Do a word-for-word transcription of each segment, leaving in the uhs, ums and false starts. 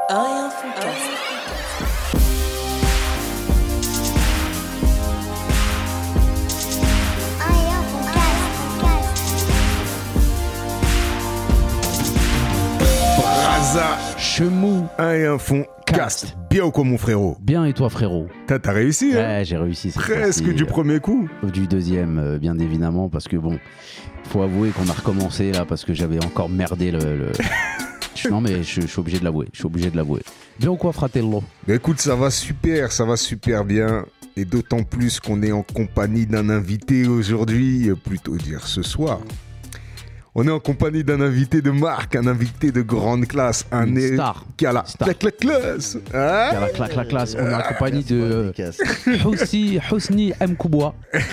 Un info cast. Braza, Chemou, un et un fond, cast. Bien ou quoi, mon frérot? Bien et toi, frérot? T'as, t'as réussi, hein? Ouais, j'ai réussi. cette Presque fois-ci. du premier coup. Du deuxième, euh, bien évidemment, parce que bon, faut avouer qu'on a recommencé là, parce que j'avais encore merdé le. le... non, mais je, je suis obligé de l'avouer. Je suis obligé de l'avouer. Bien ou quoi, fratello? Bah, écoute, ça va super, ça va super bien. Et d'autant plus qu'on est en compagnie d'un invité aujourd'hui, euh, plutôt dire ce soir. On est en compagnie d'un invité de marque, un invité de grande classe, un Une é- star. qui a la Star. claque, claque, classe. Hein? La claque, la classe. On est en compagnie de Houssi, Housni M. Kouboua.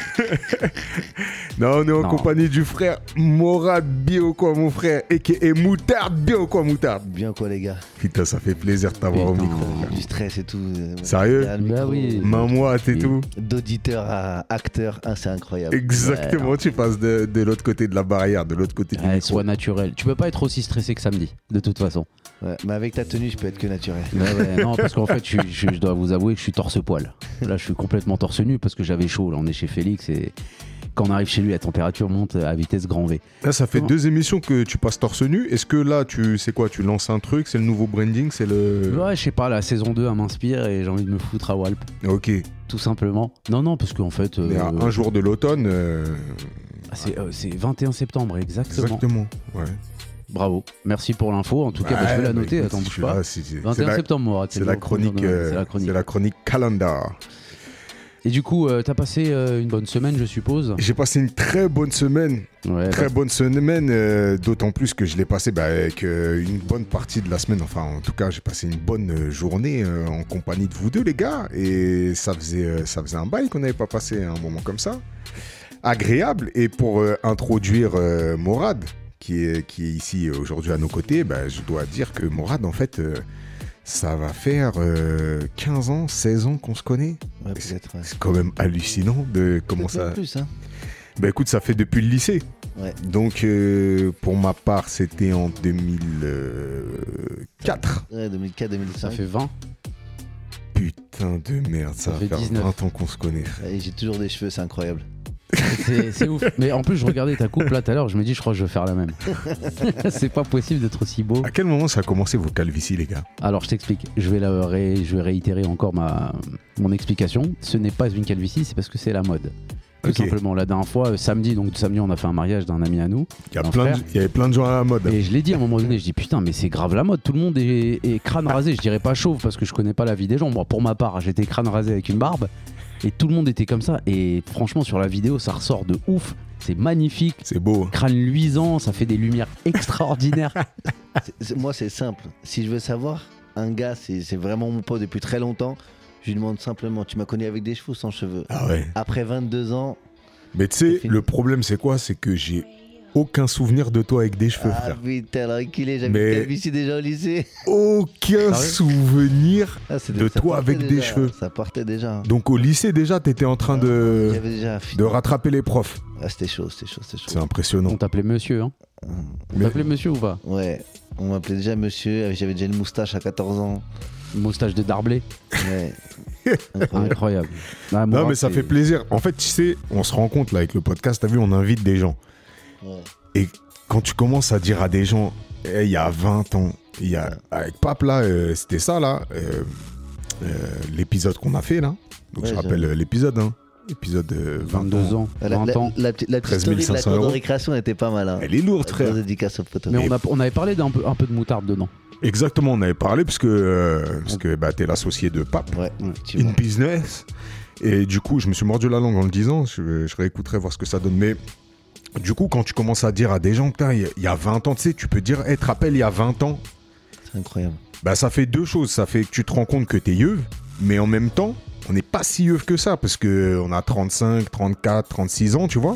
Non, on est en Non. compagnie du frère Morad Bio quoi, mon frère, et qui est Moutarde Bio quoi, Moutarde. Bien quoi les gars. Putain, ça fait plaisir de t'avoir au Putain. micro. Du stress et tout. euh, Sérieux? derrière le Bah micro, oui. Main moite et Oui. tout. D'auditeur à acteur, ah, c'est incroyable. Exactement, Ouais, tu passes de, de l'autre côté de la barrière, de l'autre côté du Ouais, micro. sois naturel. Tu peux pas être aussi stressé que samedi, de toute façon. Ouais, mais avec ta tenue, je peux être que naturel. Ouais, ouais, non, parce qu'en fait, je, je- je dois vous avouer que je suis torse-poil. Là, je suis complètement torse nu parce que j'avais chaud. Là, on est chez Félix et quand on arrive chez lui, la température monte à vitesse grand V. Là, ça fait Comment deux émissions que tu passes torse nu. Est-ce que là, tu sais quoi, tu lances un truc, c'est le nouveau branding, c'est le... Ouais, je sais pas, la saison deux, elle m'inspire et j'ai envie de me foutre à Walp, Ok, tout simplement. Non, non, parce qu'en fait, euh, mais à un jour de l'automne... euh, c'est euh, c'est vingt et un septembre, exactement. Exactement, ouais. Bravo, merci pour l'info. En tout cas, bah, je vais la Ouais, noter. bah, Attends, écoute, bouge je suis pas. là, c'est- c'est- vingt c'est et un la- septembre, Mourad, C'est le la premier chronique, jour de- euh, c'est la chronique. c'est la chronique calendar. Et du coup, euh, t'as passé euh, une bonne semaine, je suppose. J'ai passé une très bonne semaine, Ouais, très bah, bonne semaine, euh, d'autant plus que je l'ai passé bah, avec euh, une bonne partie de la semaine. Enfin, en tout cas, j'ai passé une bonne euh, journée euh, en compagnie de vous deux, les gars. Et ça faisait, euh, ça faisait un bail qu'on n'avait pas passé un moment comme ça. Agréable. Et pour euh, introduire euh, Morad, qui est, qui est ici euh, aujourd'hui à nos côtés, bah, je dois dire que Morad, en fait, euh, ça va faire euh, quinze ans, seize ans qu'on se connaît. Ouais, peut-être. Ouais. C'est quand même hallucinant de comment Peut-être ça... plus, hein. Bah écoute, ça fait depuis le lycée. Ouais. Donc euh, pour ma part, c'était en deux mille quatre. Ouais, deux mille quatre deux mille ça cinq. fait vingt. Putain de merde, ça, Ça va fait faire dix-neuf. vingt ans qu'on se connaît. frère. Ouais, j'ai toujours des cheveux, c'est incroyable. C'est c'est ouf. Mais en plus, je regardais ta coupe là tout à l'heure, je me dis, je crois que je vais faire la même. C'est pas possible d'être aussi beau. À quel moment ça a commencé vos calvities, les gars? Alors, je t'explique. Je vais, la ré- je vais réitérer encore ma... mon explication. Ce n'est pas une calvitie, c'est parce que c'est la mode. Tout Ok. simplement. La dernière fois, euh, samedi, donc samedi, on a fait un mariage d'un ami à nous. Il y, a Mon plein de- frère. il y avait plein de gens à la mode. Et je l'ai dit à un moment donné, je dis putain, mais c'est grave la mode. Tout le monde est, est crâne rasé. Je dirais pas chauve parce que je connais pas la vie des gens. Moi, pour ma part, j'étais crâne rasé avec une barbe. Et tout le monde était comme ça. Et franchement, sur la vidéo, ça ressort de ouf. C'est magnifique. C'est beau. hein. Crâne luisant, ça fait des lumières extraordinaires. C'est- c'est- moi, c'est simple. Si je veux savoir, un gars, c'est c'est vraiment mon pote depuis très longtemps. Je lui demande simplement, tu m'as connu avec des cheveux ou sans cheveux? Ah ouais. Après vingt-deux ans, Mais tu sais, C'est fini. le problème c'est quoi? C'est que j'ai aucun souvenir de toi avec des cheveux, ah frère. putain, alors enculé, j'avais Mais- une calvitie déjà au lycée. Aucun Sérieux souvenir. Ah, c'est- De ça toi partait avec des déjà, cheveux. Ça partait déjà. Donc au lycée déjà, t'étais en train de, J'avais déjà fini. de rattraper les profs. Ah, c'était chaud, c'était chaud, c'était C'est chaud. impressionnant. On t'appelait monsieur, hein. On Mais- t'appelait monsieur ou pas? Ouais, on m'appelait déjà monsieur, j'avais déjà une moustache à quatorze ans. Moustache de Darblay. Ouais. Incroyable. Incroyable. Ah, Non Mourad, mais ça c'est- fait plaisir. En fait, tu sais, on se rend compte là avec le podcast, t'as vu, on invite des gens. Ouais. Et quand tu commences à dire à des gens, Eh, il y a vingt ans, il y a, avec Pape là, euh, c'était ça là, euh, euh, l'épisode qu'on a fait là. Donc Ouais, je j'ai- rappelle euh, l'épisode, hein. Épisode euh, vingt vingt-deux ans, La, vingt la- ans. la petite- la petite treize mille story de cinq cents la cour euros. de récréation était pas mal. Hein. Elle est lourde, La frère. grosse dédicace au poteau. Mais on, a, on avait parlé d'un peu, un peu de moutarde dedans. Exactement, on avait parlé parce que, euh, parce que bah, t'es l'associé de Pape, Ouais, in effectivement. business. Et du coup, je me suis mordu la langue en le disant. Je, je réécouterai voir ce que ça donne. Mais du coup, quand tu commences à dire à des gens, putain, il y, a- il y a vingt ans, tu sais, tu peux dire, hey, te rappelles, il y a vingt ans, C'est incroyable. bah ça fait deux choses. Ça fait que tu te rends compte que t'es yeuve, mais en même temps, on n'est pas si yeuve que ça parce que on a trente-cinq, trente-quatre, trente-six ans, tu vois.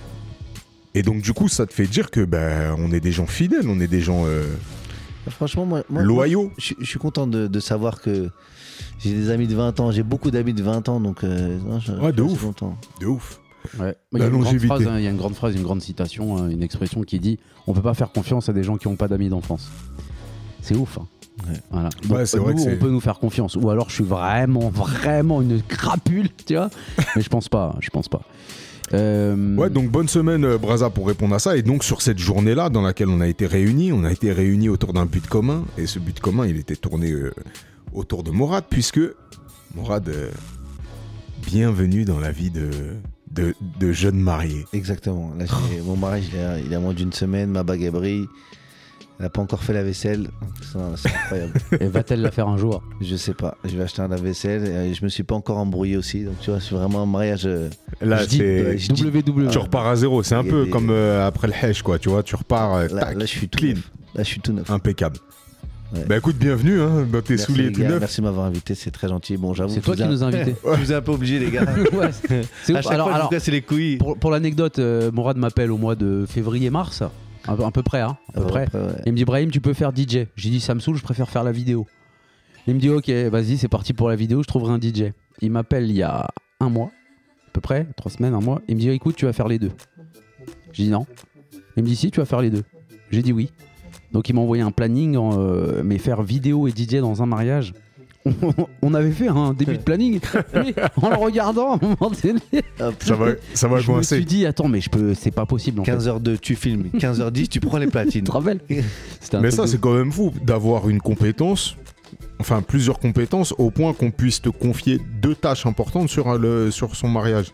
Et donc du coup, ça te fait dire que bah, on est des gens fidèles, on est des gens euh, Franchement, moi, moi- loyaux. moi, je, je suis content de, de savoir que j'ai des amis de vingt ans. J'ai beaucoup d'amis de vingt ans, donc euh, non, je, Ouais, je de suis ouf. content. De ouf. Ouais. Il y La a une grande longévité. phrase, hein, il y a une grande phrase, une grande citation, hein, une expression qui dit on peut pas faire confiance à des gens qui n'ont pas d'amis d'enfance. C'est ouf. Hein. Voilà. Ouais, Donc, c'est vrai nous, que c'est- on peut nous faire confiance. Ou alors je suis vraiment, vraiment une crapule, tu vois. Mais je pense pas, je pense pas. Euh, Ouais, donc bonne semaine, euh, Braza, pour répondre à ça. Et donc, sur cette journée-là, dans laquelle on a été réunis, on a été réunis autour d'un but commun. Et ce but commun, il était tourné euh, autour de Morad, puisque Morad, euh, bienvenue dans la vie de, de, de jeune marié. Exactement. Là, j'ai- mon mariage, il a, il a moins d'une semaine, ma bague a brille. Elle n'a pas encore fait la vaisselle. C'est c'est incroyable. Et va-t-elle la faire un jour? Je sais pas. Je vais acheter un lave-vaisselle. Et je me suis pas encore embrouillé aussi. Donc, tu vois, c'est vraiment un mariage. euh, Là, Je dis, c'est. ouais, je dis- W W. Tu repars à zéro. C'est un Il y a peu des- comme euh, après le Hesh, quoi. Tu vois, tu repars euh, Là, tac, là, je suis tout clean, neuf. Là, je suis tout neuf. impeccable. Ouais. Bah écoute, bienvenue hein, dans tes Merci, souliers les tout gars. neufs. Merci de m'avoir invité. C'est très gentil. Bon, j'avoue. C'est je toi vous qui ai- nous as invités. Je vous ai un peu obligé, les gars. Ouais, c'est À ouf. chaque Alors, fois, je alors, vous casse les couilles. pour, pour l'anecdote, euh, Morad m'appelle au mois de février-mars, à, peu- à peu près, hein, à peu près. Après, ouais. Il me dit Brahim, tu peux faire D J. J'ai dit ça me saoule, je préfère faire la vidéo. Il me dit ok, vas-y, c'est parti pour la vidéo, je trouverai un D J. Il m'appelle il y a un mois, à peu près, trois semaines, un mois. Il me dit écoute, tu vas faire les deux. J'ai dit non. Il me dit si, tu vas faire les deux. J'ai dit oui. Donc il m'a envoyé un planning, en, euh, mais faire vidéo et D J dans un mariage. On avait fait un début de planning, mais en le regardant, à un moment donné, Hop. Ça va, ça va je me coincer. suis dit attends, mais je peux, c'est pas possible en fait. quinze heures deux, tu filmes. quinze heures dix, tu prends les platines. Tu te rappelles? C'était un Mais truc ça, de- c'est quand même fou d'avoir une compétence, enfin plusieurs compétences, au point qu'on puisse te confier deux tâches importantes sur, un- le, sur son mariage.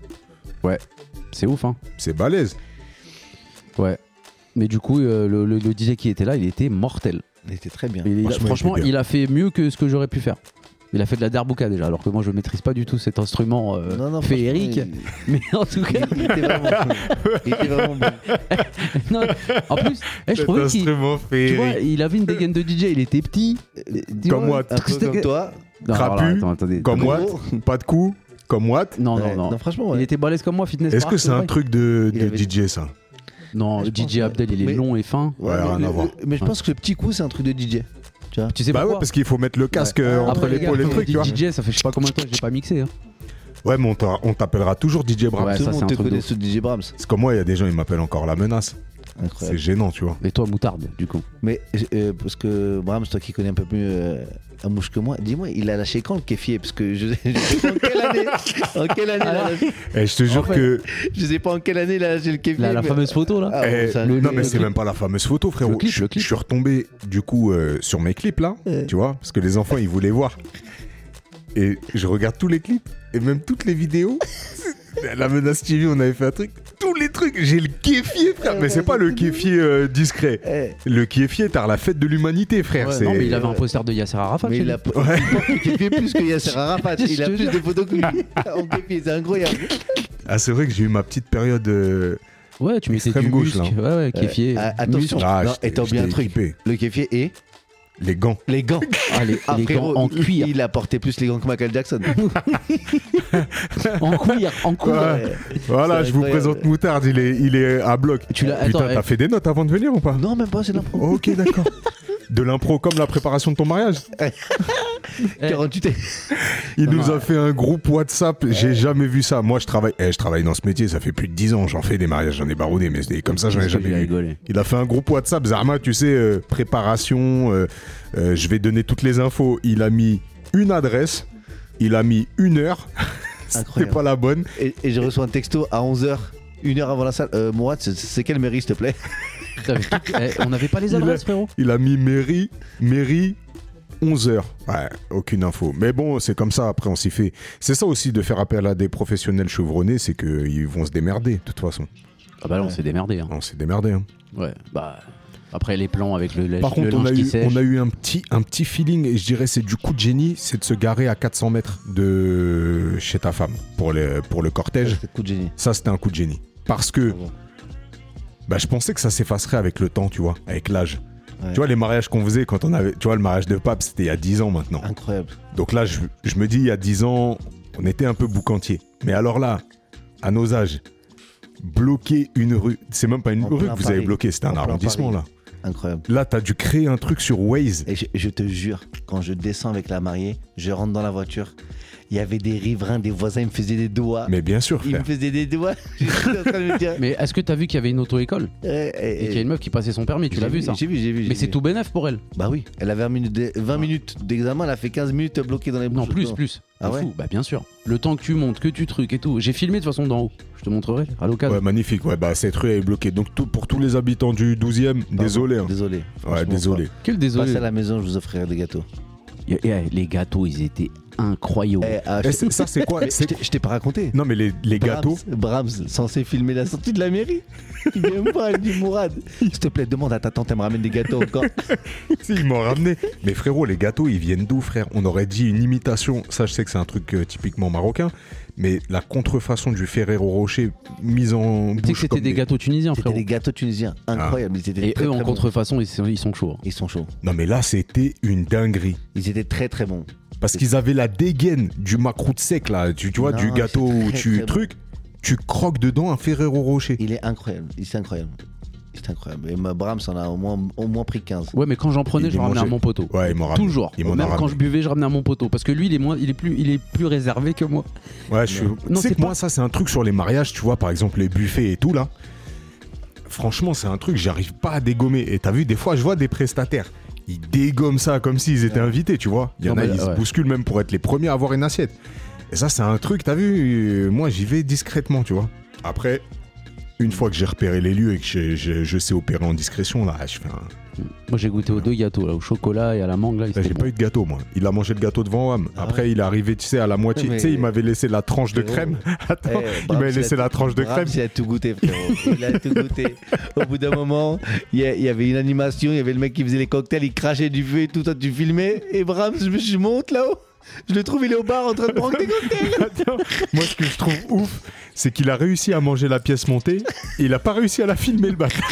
c'est ouf, hein. C'est balèze. Ouais. Mais du coup, euh, le, le- le D J qui était là, il était mortel. Il était très bien. Il- il a- Franchement, franchement, il était bien. il a fait mieux que ce que j'aurais pu faire. Il a fait de la derbuka déjà, alors que moi je maîtrise pas du tout cet instrument euh, Non, non, féerique. franchement, Mais en tout Il, cas, il était vraiment bon. Il était vraiment bon. non, en plus, eh, je trouvais qu'il, instrument tu vois, il avait une dégaine de D J, il était petit. Tu Comme vois. moi, Un peu comme toi. Non, alors là, trapu, attends, attendez. comme Attends. moi, pas de coups, comme Watt. Non, Ouais, non, non. franchement, Il ouais. était balèze comme moi, fitness. Est-ce park, que c'est un vrai. truc de, Il de avait- D J ça? Non, Je D J pense, Abdel, il est mais- long et fin. Ouais, rien mais, à voir. mais je pense que le petit coup, c'est un truc de D J. Tu vois. Tu sais Bah pourquoi ouais, parce qu'il faut mettre le casque Ouais. euh, entre Après, les l'épaule et gars, le truc, D tu vois. J, ça fait je sais pas combien de temps que j'ai pas mixé. Hein. Ouais, mais on t'a- on t'appellera toujours D J Brahms. Ouais, Tout ça, le c'est monde un te truc de connaît ouf. sous D J Brahms. C'est comme moi, il y a des gens, ils m'appellent encore la menace. C'est Incroyable. gênant, tu vois. Et toi, moutarde, du coup. Mais euh, parce que Brahms, toi qui connais un peu mieux euh, un mouche que moi, dis-moi, il a lâché quand le kéfier? Parce que je, je sais pas en quelle année. En quelle année il a lâché- Et je te jure En fait, que. Je sais pas en quelle année il a lâché le kéfier. La, la mais- fameuse photo là. Ah, Eh, bon, ça- le- non, le- mais le c'est clip. même pas la fameuse photo, frérot. Le clip, je, le clip. je suis retombé, du coup, euh, sur mes clips, là, Ouais. tu vois, parce que les enfants, ils voulaient voir. Et je regarde tous les clips, et même toutes les vidéos. La menace T V, on avait fait un truc. Tous les trucs, j'ai le kéfier, frère. Ouais, Mais c'est ouais, pas le c'est kéfier euh, discret. Eh, Le kéfier, t'as la fête de l'humanité, frère. Ouais, c'est... non, mais il avait un poster de Yasser Arafat. mais chez il lui. a il kéfier plus que Yasser Arafat. Je Il a te plus jure. de photos que lui. En kéfier, c'est incroyable. Ah, c'est vrai que j'ai eu ma petite période. euh, Ouais, tu mettais Extrême du gauche, muscle. là. Ouais, ouais, kéfier. Ah, attention. muscle. Ah, Non, j'étais- et t'as oublié j'étais un truc. équipé. Le kéfier et Les gants. les gants. Ah, les, Ah, les frérot, gants en il- cuir. Il a porté plus les gants que Michael Jackson. En cuir, en cuir. Ouais. Ouais. Voilà, C'est je vous incroyable. présente Moutarde, il est, il est à bloc. Tu l'as. Putain, Attends, t'as eh, fait des notes avant de venir ou pas? Non, même pas, c'est l'impro. Ok, d'accord. De l'impro comme la préparation de ton mariage. eh, quarante-huit et- Il Non, nous non. a fait un groupe WhatsApp, j'ai jamais vu ça. Moi, je travaille, eh, je travaille dans ce métier, ça fait plus de dix ans, j'en fais des mariages, j'en ai baroudé, mais c'est- comme ça, j'en ai qu'est-ce que jamais j'ai vu. rigolé. Il a fait un groupe WhatsApp, Zarma, tu sais, euh, préparation, euh, euh, je vais donner toutes les infos. Il a mis une adresse, il a mis une heure, c'était Incroyable. pas la bonne. Et, et je reçois un texto à onze heures, une heure avant la salle. Euh, Mourad, c'est- c'est quelle mairie, s'il te plaît? Putain, mais tout- eh, on n'avait pas les Il adresses, a- frérot. Il a mis mairie, mairie, onze heures. Ouais, aucune info. Mais bon, c'est comme ça, après on s'y fait. C'est ça aussi de faire appel à des professionnels chevronnés, c'est qu'ils vont se démerder, de toute façon. Ah bah là, on s'est démerdé. Hein. On s'est démerdé. Hein. Ouais, bah. Après les plans avec le, Par le contre, on linge a, qui eu, sèche. on a eu un petit, un petit feeling, et je dirais c'est du coup de génie, c'est de se garer à quatre cents mètres de chez ta femme pour le, pour le cortège. C'était coup de génie. Ça, c'était un coup de génie. Parce que Bravo. bah, je pensais que ça s'effacerait avec le temps, tu vois, avec l'âge. Ouais. Tu vois, les mariages qu'on faisait quand on avait. Tu vois, le mariage de Pape, c'était il y a dix ans maintenant. Incroyable. Donc là, je, je me dis, il y a dix ans, on était un peu boucantier. Mais alors là, à nos âges, bloquer une rue, c'est même pas une En rue plein que vous avez Paris. bloquée, c'était En un plein arrondissement Paris. là. Incroyable. Là, t'as dû créer un truc sur Waze. Et je, je te jure, quand je descends avec la mariée, je rentre dans la voiture, il y avait des riverains, des voisins, ils me faisaient des doigts. Mais bien sûr, Ils frère. me faisaient des doigts. J'étais en train de me dire. Mais est-ce que t'as vu qu'il y avait une auto-école Eh, eh, et qu'il y a une meuf qui passait son permis? Tu l'as j'ai vu ça? J'ai vu, j'ai vu. j'ai Mais c'est vu. tout bénef pour elle. Bah oui, elle avait vingt minutes de- vingt minutes d'examen, elle a fait quinze minutes bloquée dans les bouches. Non, plus, plus. Ah T'es ouais fou. Bah bien sûr. Le temps que tu montes, que tu trucs et tout. J'ai filmé de toute façon d'en haut. Je te montrerai à l'occasion. Ouais, magnifique. Ouais, bah, cette rue est bloquée. Donc, tout, pour tous les habitants du douzième, Pardon, désolé. hein. Désolé. Ouais, Franchement, désolé. Quel pas. désolé. Passez à la maison, je vous offrirai des gâteaux. Et- et, les gâteaux, ils étaient incroyables. Eh, ah, Eh, je- c'est- ça, c'est quoi Mais c'est- je t'ai- je t'ai pas raconté. Non, mais les, les gâteaux. Brahms, Brahms, censé filmer la sortie de la mairie. Il vient me voir, il dit Mourad, s'il te plaît, demande à ta tante, elle me ramène des gâteaux encore. Si, ils m'ont ramené. Mais frérot, les gâteaux, ils viennent d'où, frère? On aurait dit une imitation. Ça, je sais que c'est un truc euh, typiquement marocain. Mais la contrefaçon du Ferrero Rocher mise en Tu sais que bouche c'était comme des gâteaux tunisiens, C'était frérot. des gâteaux tunisiens, incroyables. Ils étaient Et très, eux, en très bons. contrefaçon, ils sont, ils sont chauds. hein. Ils sont chauds. Non, mais là, c'était une dinguerie. Ils étaient très très bons. Parce qu'ils avaient la dégaine du macroute sec, là. Tu, tu vois, Non, du gâteau c'est où très, tu très truc. Tu croques dedans un Ferrero Rocher. Il est incroyable. Il est incroyable. C'est incroyable. Et ma Brahms en a au moins, au moins pris quinze. Ouais, mais quand j'en prenais, Il je les ramenais à mangeait. mon poteau. Ouais, il m'en ramené. Toujours. Il m'en a Même quand ramené. je buvais, je ramenais à mon poteau. Parce que lui, il est, moins, il est, plus, il est plus réservé que moi. Ouais, je suis. Non, Tu sais c'est que moi, ça, c'est un truc sur les mariages, tu vois, par exemple, les buffets et tout, là. Franchement, c'est un truc, j'arrive pas à dégommer. Et t'as vu, des fois, je vois des prestataires. Ils dégomment ça comme s'ils étaient invités, tu vois. Il y en Non, a, mais ils là, se ouais. bousculent même pour être les premiers à avoir une assiette. Et ça, c'est un truc, t'as vu, euh, moi, j'y vais discrètement, tu vois. Après, une fois que j'ai repéré les lieux et que je, je- je sais opérer en discrétion, là, je fais un. Moi, j'ai goûté aux deux gâteaux, là, au chocolat et à la mangue. Là, ils Là, étaient j'ai bons. pas eu de gâteau, moi. Il a mangé le gâteau devant Wam. Ah Après, ouais. il est arrivé, tu sais, à la moitié. Mais- Tu sais, il m'avait laissé la tranche de Frérot. crème. Attends, Eh, il Brahms, m'avait laissé a la tout- tranche de Brahms, crème. il a tout goûté, frérot. Il a tout goûté. Au bout d'un moment, il y, a- il y avait une animation, il y avait le mec qui faisait les cocktails, il crachait du feu et tout, toi tu filmais. Et Brahms, je, me- je monte là-haut. Je le trouve, il est au bar en train de prendre des cocktails. Attends, moi, ce que je trouve ouf, c'est qu'il a réussi à manger la pièce montée et il a pas réussi à la filmer, le bac.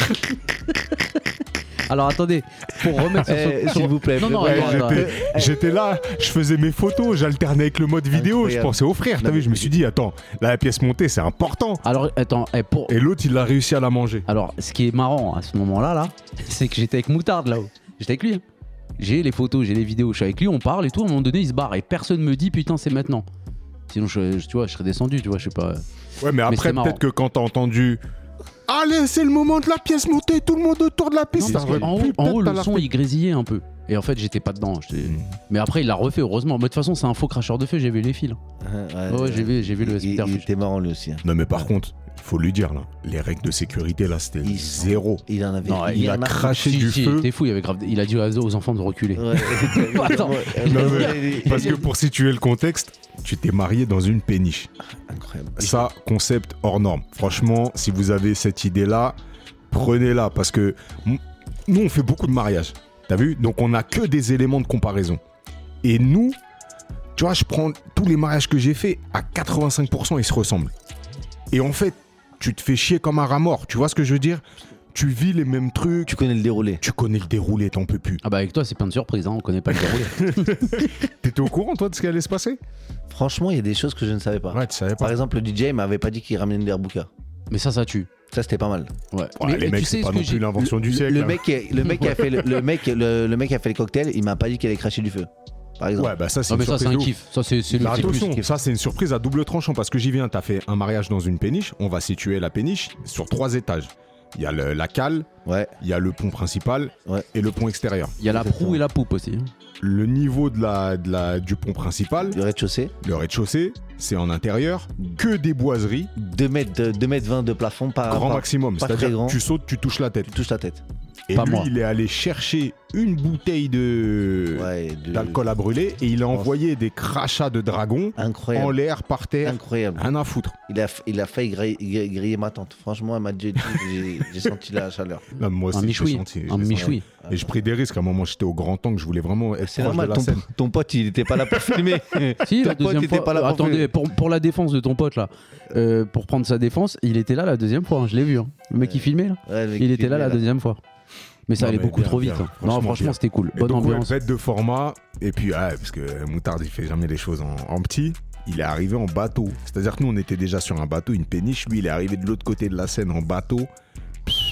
Alors, attendez, pour remettre sur Eh, sur- S'il vous plaît. Non, non, Ouais, attends, attends. j'étais- J'étais là, je faisais mes photos, j'alternais avec le mode vidéo, je Incroyable. pensais au frère. T'as Non, vu, mais- je me suis dit, attends, là, la pièce montée, c'est important. Alors, attends, eh, pour... Et l'autre, il a réussi à la manger. Alors, ce qui est marrant à ce moment-là, là, c'est que j'étais avec Moutarde là-haut. J'étais avec lui. hein. J'ai les photos, j'ai les vidéos, je suis avec lui, on parle et tout. À un moment donné, il se barre et personne me dit putain, c'est maintenant. Sinon, je, je- tu vois, je serais descendu, tu vois, je sais pas. Ouais, mais après, c'était marrant. peut-être que quand t'as entendu. Allez, c'est le moment de la pièce montée, tout le monde autour de la piste. Non, parce ça aurait qu'en pu haut, en peut-être haut, pas le la son, refaire. il grésillait un peu. Et en fait, j'étais pas dedans. j'étais- Mm. Mais après, il l'a refait, heureusement. Mais de toute façon, c'est un faux cracheur de feu, j'ai vu les fils. Ouais, Ouais, j'ai vu, j'ai vu le il, il subterfuge. était marrant lui aussi. hein. Non, mais par contre, il faut lui dire, là, les règles de sécurité, là, c'était Ils- zéro. Il en avait. Non, il a en craché Si, du si, feu. T'es fou, il avait grave. Il a dit aux enfants de reculer. Ouais. Attends. Non, mais- Parce que pour situer le contexte, tu t'es marié dans une péniche. Incroyable. Ça, concept hors norme. Franchement, si vous avez cette idée-là, prenez-la. Parce que m- nous, on fait beaucoup de mariages. T'as vu? Donc, on n'a que des éléments de comparaison. Et nous, tu vois, je prends tous les mariages que j'ai faits, à quatre-vingt-cinq pour cent, ils se ressemblent. Et en fait, tu te fais chier comme un rat mort. Tu vois ce que je veux dire? Tu vis les mêmes trucs. Tu connais le déroulé. Tu connais le déroulé, t'en peux plus. Ah bah avec toi, c'est plein de surprises, hein, on connaît pas le déroulé. T'étais au courant, toi, de ce qui allait se passer? Franchement, il y a des choses que je ne savais pas. Ouais, tu savais pas. Par exemple, le D J m'avait pas dit qu'il ramenait une derbuka. Mais ça, ça tue. Ça, c'était pas mal. Ouais. Ouais, les tu mecs, sais c'est ce pas que non j'ai- plus l'invention du Le, siècle. le hein. mec, qui- le mec qui a fait le, le mec, le, le mec qui a fait les cocktails, il m'a pas dit qu'il allait cracher du feu. Par exemple. Ouais, bah ça, c'est Ah une mais ça, c'est surprise un de ouf. kiff. Ça, c'est c'est le Bah petit plus. attention, ça c'est une surprise à double tranchant parce que j'y viens, t'as fait un mariage dans une péniche, on va situer la péniche sur trois étages. Il y a le- la cale, Ouais. il y a le pont principal Ouais. et le pont extérieur. Il y a la proue et la poupe aussi. hein. Le niveau de la, de la, du pont principal, Du rez-de-chaussée. le rez-de-chaussée, c'est en intérieur, que des boiseries, deux mètres, deux mètres vingt de plafond par. grand par- maximum. pas très C'est-à-dire grand. tu sautes, tu touches la tête. Tu touches la tête. Et Pas lui, moi. il est allé chercher une bouteille de Ouais. de- d'alcool à brûler et il a envoyé des crachats de dragon en Incroyable. l'air, par terre, Incroyable. rien à foutre. Il a, il a failli griller, griller ma tante. Franchement, elle m'a dit, j'ai j'ai senti la chaleur. Là, moi aussi, Un je l'ai michoui. senti, je Un l'ai senti. michoui. Et je pris des risques. À un moment, j'étais au grand angle, je voulais vraiment être C'est proche normal, de la ton, scène. ton pote, il était pas là pour filmer. Si, Ton la pote deuxième était fois. pas là pour Attendez, filmer. pour, pour la défense de ton pote là, euh, pour prendre sa défense, il était là la deuxième fois. hein, je l'ai vu. hein. Le mec qui filmait là, Ouais, le mec il qui était là filmait, la deuxième fois. Mais ça Non, allait mais beaucoup bien, trop vite. bien. hein. Franchement, Non, franchement, bien. c'était cool. Et Bonne donc, ouais, ambiance. bête de format. Et puis, ouais, parce que Moutarde, il fait jamais les choses en, en petit. Il est arrivé en bateau. C'est-à-dire que nous, on était déjà sur un bateau, une péniche. Lui, il est arrivé de l'autre côté de la Seine en bateau. Pff,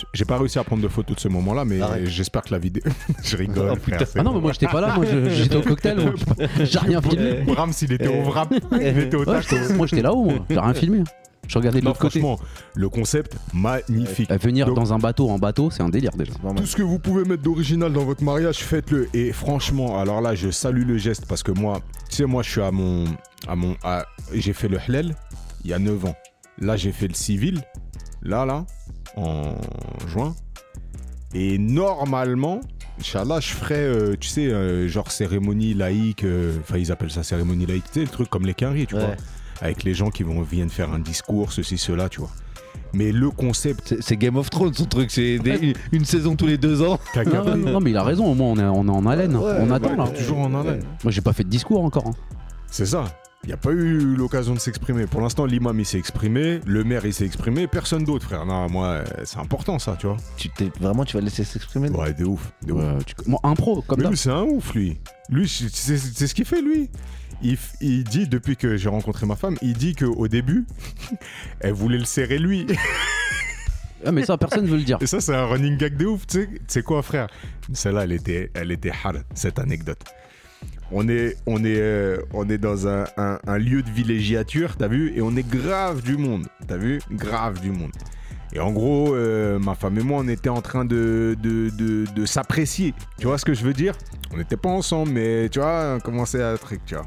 j'ai pas réussi à prendre de photos de ce moment-là, mais Arrête. j'espère que la vidéo. Je rigole, Oh, frère. putain. c'est Ah non, bon. mais moi j'étais pas là, moi je- j'étais au cocktail, moi. J'ai rien filmé. Brahms, il était au wrap, il était au Ouais, taco. j'étais- moi j'étais là-haut, moi. J'ai rien filmé. Je regardais de Non, l'autre côté. franchement, le concept, magnifique. Euh, Venir Donc- dans un bateau en bateau, c'est un délire déjà. C'est pas mal. Tout ce que vous pouvez mettre d'original dans votre mariage, faites-le. Et franchement, alors là, je salue le geste parce que moi, tu sais, moi, je suis à mon. À mon à- j'ai fait le halal il y a neuf ans. Là, j'ai fait le civil, là, là, en juin. Et normalement, Inch'Allah, je ferais, euh, tu sais, euh, genre cérémonie laïque. euh, Enfin, ils appellent ça cérémonie laïque. Tu sais, le truc comme les quinries, tu Ouais. vois. Avec les gens qui vont, viennent faire un discours, ceci, cela, tu vois. Mais le concept, C'est- C'est Game of Thrones son truc, c'est des- une, une saison tous les deux ans. t'as Non, capté. non, non, mais il a raison, au moins on est, on est en haleine. Ouais, on attend Ouais, là. t'es toujours en haleine. Moi j'ai pas fait de discours encore. hein. C'est ça. Il n'y a pas eu l'occasion de s'exprimer. Pour l'instant, l'imam il s'est exprimé, le maire il s'est exprimé, personne d'autre, frère. Non, moi, euh, c'est important ça, tu vois. Tu t'es- vraiment, tu vas le laisser s'exprimer non Ouais, de ouf. De ouf. Ouais, tu- Moi, un pro, comme Mais ça. lui, c'est un ouf, lui. Lui, c'est c'est- c'est ce qu'il fait, lui. Il, f- il dit, depuis que j'ai rencontré ma femme, il dit qu'au début, elle voulait le serrer lui. Ah, mais ça, personne veut le dire. Et ça, c'est un running gag de ouf. Tu sais- tu sais quoi, frère? Celle-là, elle était, elle était hard, cette anecdote. On est, on est, euh, on est dans un, un- un lieu de villégiature, t'as vu? Et on est grave du monde, t'as vu? Grave du monde. Et en gros, euh, ma femme et moi, on était en train de, de, de, de s'apprécier. Tu vois ce que je veux dire? On n'était pas ensemble, mais tu vois, on commençait à truc, tu vois.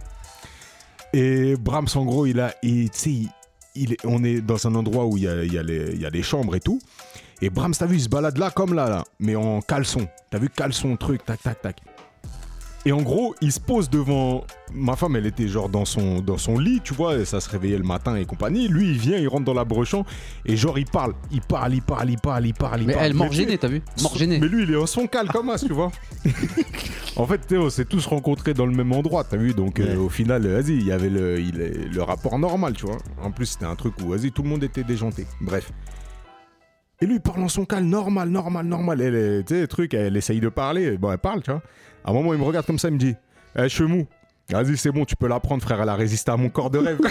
Et Brahms, en gros, il a, il- tu sais, il- il est- on est dans un endroit où il y a, il y a les, il y a les chambres et tout. Et Brahms, t'as vu, il se balade là comme là, là, mais en caleçon. T'as vu, caleçon, truc, tac, tac, tac. Et en gros, il se pose devant... Ma femme, elle était genre dans son, dans son lit, tu vois, et ça se réveillait le matin et compagnie. Lui, il vient, il rentre dans la brochamp, et genre, il parle. Il parle, il parle, il parle, il parle, il Mais parle. elle mort tu sais, gênée, t'as vu? Mort son- gênée. Mais lui, il est en son cal comme as, tu vois. En fait, Théo, s'est tous rencontrés dans le même endroit, t'as vu. Donc, euh, Ouais. au final, euh, vas-y, il y avait le, il- le rapport normal, tu vois. En plus, c'était un truc où, vas-y, tout le monde était déjanté. Bref. Et lui, il parle en son cal, normal, normal, normal. Elle, elle, tu sais, le truc, elle essaye de parler. Bon, elle parle, tu vois. À un moment, il me regarde comme ça, il me dit, eh, chemou, vas-y, c'est bon, tu peux la prendre, frère. Elle a résisté à mon corps de rêve.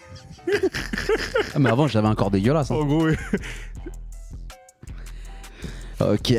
Ah, mais avant, j'avais un corps dégueulasse. hein. En gros, Ok.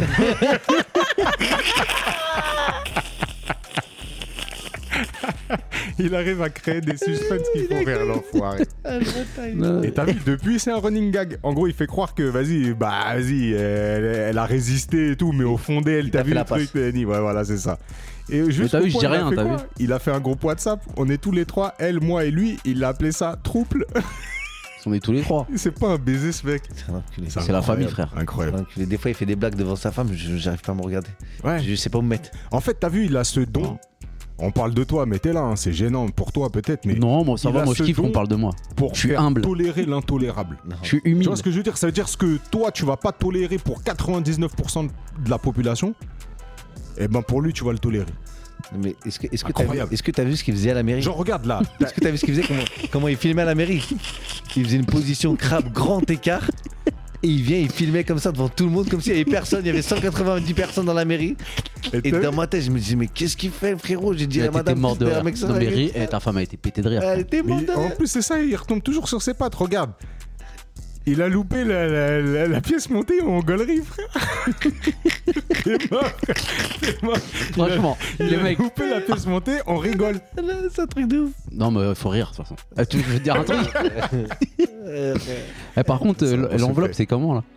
il arrive à créer des suspens qui font rire, l'enfoiré. Euh, Et t'as vu, depuis c'est un running gag. En gros, il fait croire que vas-y, bah vas-y, elle, elle a résisté et tout, mais au fond d'elle, t'as t'a vu fait le la truc, t'as dit, ouais, voilà, c'est ça. Et juste t'as vu, je dis il a rien, fait t'as quoi vu. Il a fait un groupe WhatsApp, on est tous les trois, elle, moi et lui, il a appelé ça trouble. On est tous les trois. C'est pas un baiser ce mec. C'est un enculé. C'est C'est la incroyable, famille, frère. C'est un Incroyable. enculé. Des fois, il fait des blagues devant sa femme, je- j'arrive pas à me regarder. Ouais. Je sais pas où me mettre. En fait, t'as vu, il a ce don. On parle de toi, mais t'es là, hein, c'est gênant pour toi peut-être, mais Non, moi ça il va, a moi je ce kiffe don qu'on parle de moi. pour je suis faire humble. tolérer l'intolérable. Non. Je suis Tu humide. vois ce que je veux dire? Ça veut dire ce que toi, tu vas pas tolérer pour quatre-vingt-dix-neuf pour cent de la population. Et ben pour lui, tu vas le tolérer. Mais est-ce que est-ce que t'as vu, Incroyable. est-ce que t'as vu ce qu'il faisait à la mairie? Genre, regarde là. Est-ce que t'as vu ce qu'il faisait, comment, comment il filmait à la mairie? Il faisait une position crabe grand écart et il vient, il filmait comme ça devant tout le monde, comme s'il y avait personne. Il y avait cent quatre-vingt-dix personnes dans la mairie. Et t'as dans vu ma tête, je me disais, mais qu'est-ce qu'il fait, frérot? J'ai dit Là, à t'étais madame, mort de c'était un rire. mec ça, Non, mais elle- ri- eh, ta femme a été pétée de rire. Elle était morte Mais de en rire. plus, c'est ça, il retombe toujours sur ses pattes. Regarde. Il a loupé la, la- la- la pièce montée en gaulerie, frère. C'est mort. C'est mort. Il a- Franchement, il les a mecs. loupé la pièce montée, on rigole. C'est un truc de ouf. Non, mais faut rire de toute façon. Ah, tu veux dire un truc? Euh, Eh, par contre, Ça, euh, on se l'enveloppe, fait. c'est comment là?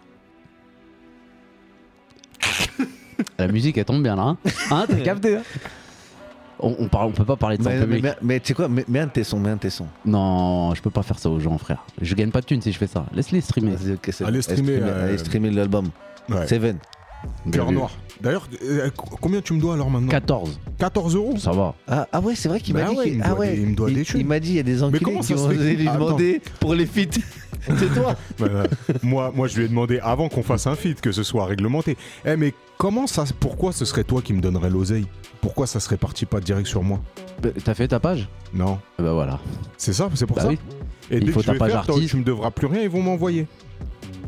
La musique, elle tombe bien là. Hein, hein t'as capté hein on, on, parle, on peut pas parler de ça en Mais, mais, public. mais, mais tu sais quoi, mets, mets un de tes sons, mets un de tes sons. Non, je peux pas faire ça aux gens, frère. Je gagne pas de thunes si je fais ça. Laisse-les streamer. Vas-y, ok, c'est Allez bon. streamer, euh, allez streamer l'album. Ouais. Seven. Cœur Bien vu. noir. D'ailleurs, euh, combien tu me dois alors maintenant? quatorze, quatorze euros. ça va. Ah, ah ouais, c'est vrai qu'il Bah m'a dit ouais, qu'il- il me ah doit ouais. des- il me doit des thunes. il m'a dit il y a des enculés comment qui ça se vont fait oser lui Attends. demander pour les feats. C'est toi. Voilà. moi, moi, je lui ai demandé avant qu'on fasse un feat que ce soit réglementé. Eh, mais comment ça, pourquoi ce serait toi qui me donnerais l'oseille? Pourquoi ça serait parti pas direct sur moi? Bah, T'as fait ta page? Non. Eh Bah voilà. C'est ça, c'est pour Bah ça. oui. Et Il dès faut que je ta vais page faire, toi, artiste. tu me devras plus rien, ils vont m'envoyer.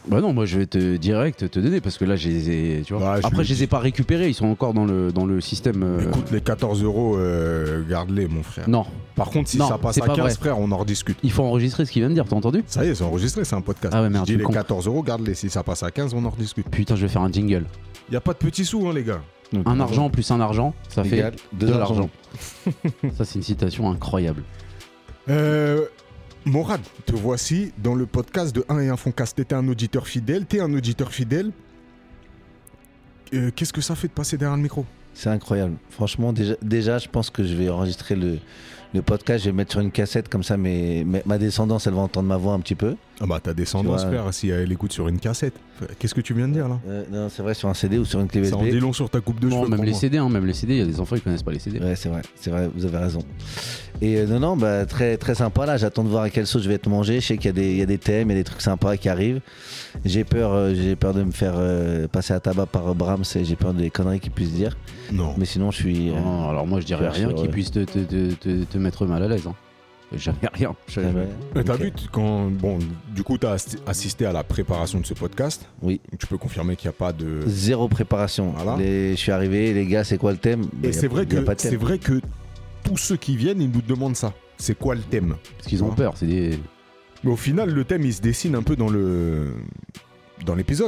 Bah non, moi je vais te direct te donner parce que là, je les ai, tu vois. Bah, je Après, le je les ai pas récupérés, ils sont encore dans le, dans le système. euh, Écoute, les quatorze euros, euh, garde-les, mon frère. Non, Par contre, si Non, ça passe c'est à pas quinze, vrai. frère, on en rediscute. il faut enregistrer ce qu'il vient de dire, t'as entendu? Ça y est, c'est enregistré, c'est un podcast. Ah ouais, merde, Je dis je suis les con. quatorze euros, garde-les. Si ça passe à quinze, on en rediscute. Putain, je vais faire un jingle. Y a pas de petits sous, hein, les gars. Un argent plus un argent, ça fait Égal de deux l'argent. Ça, c'est une citation incroyable. Euh, Morad, te voici dans le podcast de un et un Foncast. T'étais un auditeur fidèle, t'es un auditeur fidèle. Euh, Qu'est-ce que ça fait de passer derrière le micro? C'est incroyable. Franchement, déjà, déjà, je pense que je vais enregistrer le, le podcast. Je vais le mettre sur une cassette, comme ça mes, mes- ma descendance, elle va entendre ma voix un petit peu. Ah bah, ta descendance, Tu vois, frère, si elle écoute sur une cassette. Qu'est-ce que tu viens de dire, là? Euh, non, c'est vrai, sur un C D ou sur une clé Ça en dit U S B. long sur ta coupe de Non, cheveux. même pour les moi. C D, hein, même les C D, il y a des enfants qui connaissent pas les C D. Ouais, c'est vrai, c'est vrai, vous avez raison. Et euh, non, non, bah, très, très sympa là. J'attends de voir à quelle sauce je vais être mangé. Je sais qu'il y a des, il y a des thèmes, il y a des trucs sympas qui arrivent. J'ai peur, euh, j'ai peur de me faire euh, passer à tabac par euh, Brahms et j'ai peur des conneries qu'ils puissent dire. Non. Mais sinon, je suis. euh, Non, non, alors moi je dirais Bien rien sûr, qui ouais. puisse te, te, te, te- te mettre mal à l'aise. Hein. Jamais rien. Jamais. jamais. Euh, T'as Ok. vu, tu- quand. Bon, du coup, t'as assi- assisté à la préparation de ce podcast. Oui. Tu peux confirmer qu'il n'y a pas de. Zéro préparation. Voilà. Les- je suis arrivé, les gars, c'est quoi le thème? Bah, Et y a- c'est vrai, y a que, pas de thème. c'est vrai que tous ceux qui viennent, ils nous demandent ça. C'est quoi le thème? Parce qu'ils ont Ouais. peur. C'est des. Mais au final, le thème, il se dessine un peu dans le dans l'épisode.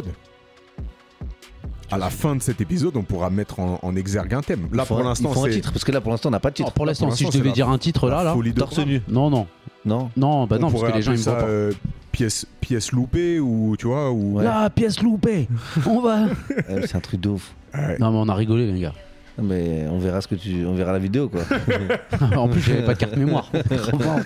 À la fin de cet épisode, on pourra mettre en, en exergue un thème. Là, Il faut pour un- l'instant, il faut un c'est titre, parce que là, pour l'instant, on n'a pas de titre. Non, pour Là, l'instant, pour si je l'instant, devais c'est dire la- un titre là, la là. folie de Torse Bram. nu. Non, non. Non. Non, bah On non, parce pourrait que les gens ils appeler me voient ça, pas. euh, pièce, pièce loupée ou tu vois ou Ouais. La pièce loupée. On va. Euh, c'est un truc de ouf. Ouais. Non, mais on a rigolé, les gars. Non, Mais on verra ce que tu, on verra la vidéo quoi. En plus, j'avais pas de carte mémoire. Grave marrant.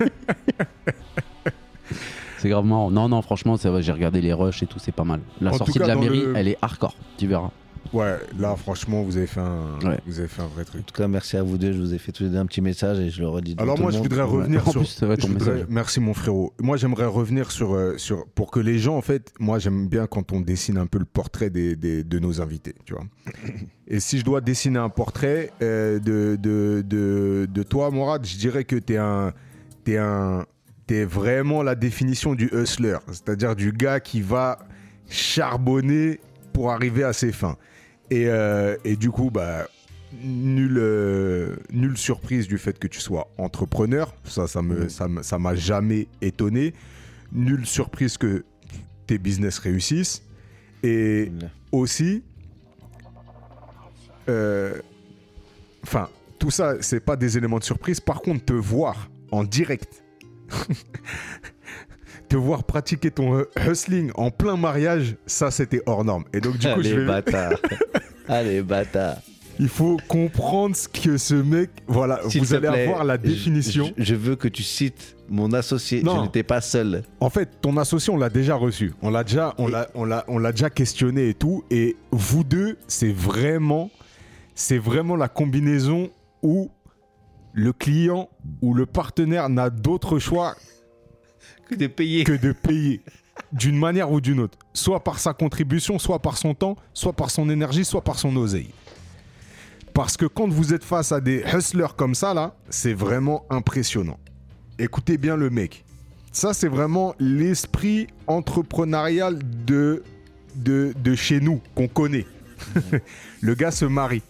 C'est grave marrant. Non, non, franchement, ça va, j'ai regardé les rushs et tout, c'est pas mal. La En sortie tout cas, de la dans mairie, le- elle est hardcore. Tu verras. Ouais, là, franchement, vous avez fait un, Ouais. vous avez fait un vrai truc. En tout cas, merci à vous deux. Je vous ai fait tous les deux un petit message et je le redis. devant Alors tout moi, le je monde. voudrais Ouais. revenir En sur. plus, ça va, ton je voudrais- message. Merci mon frérot. Moi, j'aimerais revenir sur, euh, sur pour que les gens, en fait, moi, j'aime bien quand on dessine un peu le portrait des, des- de nos invités, tu vois. Et si je dois dessiner un portrait euh, de, de, de, de toi, Morad, je dirais que t'es un, t'es un, t'es vraiment la définition du hustler, c'est-à-dire du gars qui va charbonner pour arriver à ses fins. Et, euh, et du coup, bah, nulle, euh, nulle surprise du fait que tu sois entrepreneur. Ça, ça me, ça me- ça m'a jamais étonné. Nulle surprise que tes business réussissent. Et aussi, euh, enfin, tout ça, c'est pas des éléments de surprise. Par contre, te voir en direct, te voir pratiquer ton hustling en plein mariage, ça, c'était hors norme. Et donc, du coup, Allez, je vais... bâtard. Allez, bâtard. Il faut comprendre ce que ce mec. Voilà, S'il vous te allez plaît, avoir la je- définition. Je, je veux que tu cites mon associé. Non. Je n'étais pas seul. En fait, ton associé, on l'a déjà reçu. On l'a déjà, on l'a, on l'a, on l'a déjà questionné et tout. Et vous deux, c'est vraiment, c'est vraiment la combinaison où le client ou le partenaire n'a d'autre choix Que de payer. que de payer d'une manière ou d'une autre. Soit par sa contribution, soit par son temps, soit par son énergie, soit par son oseille. Parce que quand vous êtes face à des hustlers comme ça, là, c'est vraiment impressionnant. Écoutez bien le mec. Ça, c'est vraiment l'esprit entrepreneurial de, de, de chez nous, qu'on connaît. Le gars se marie.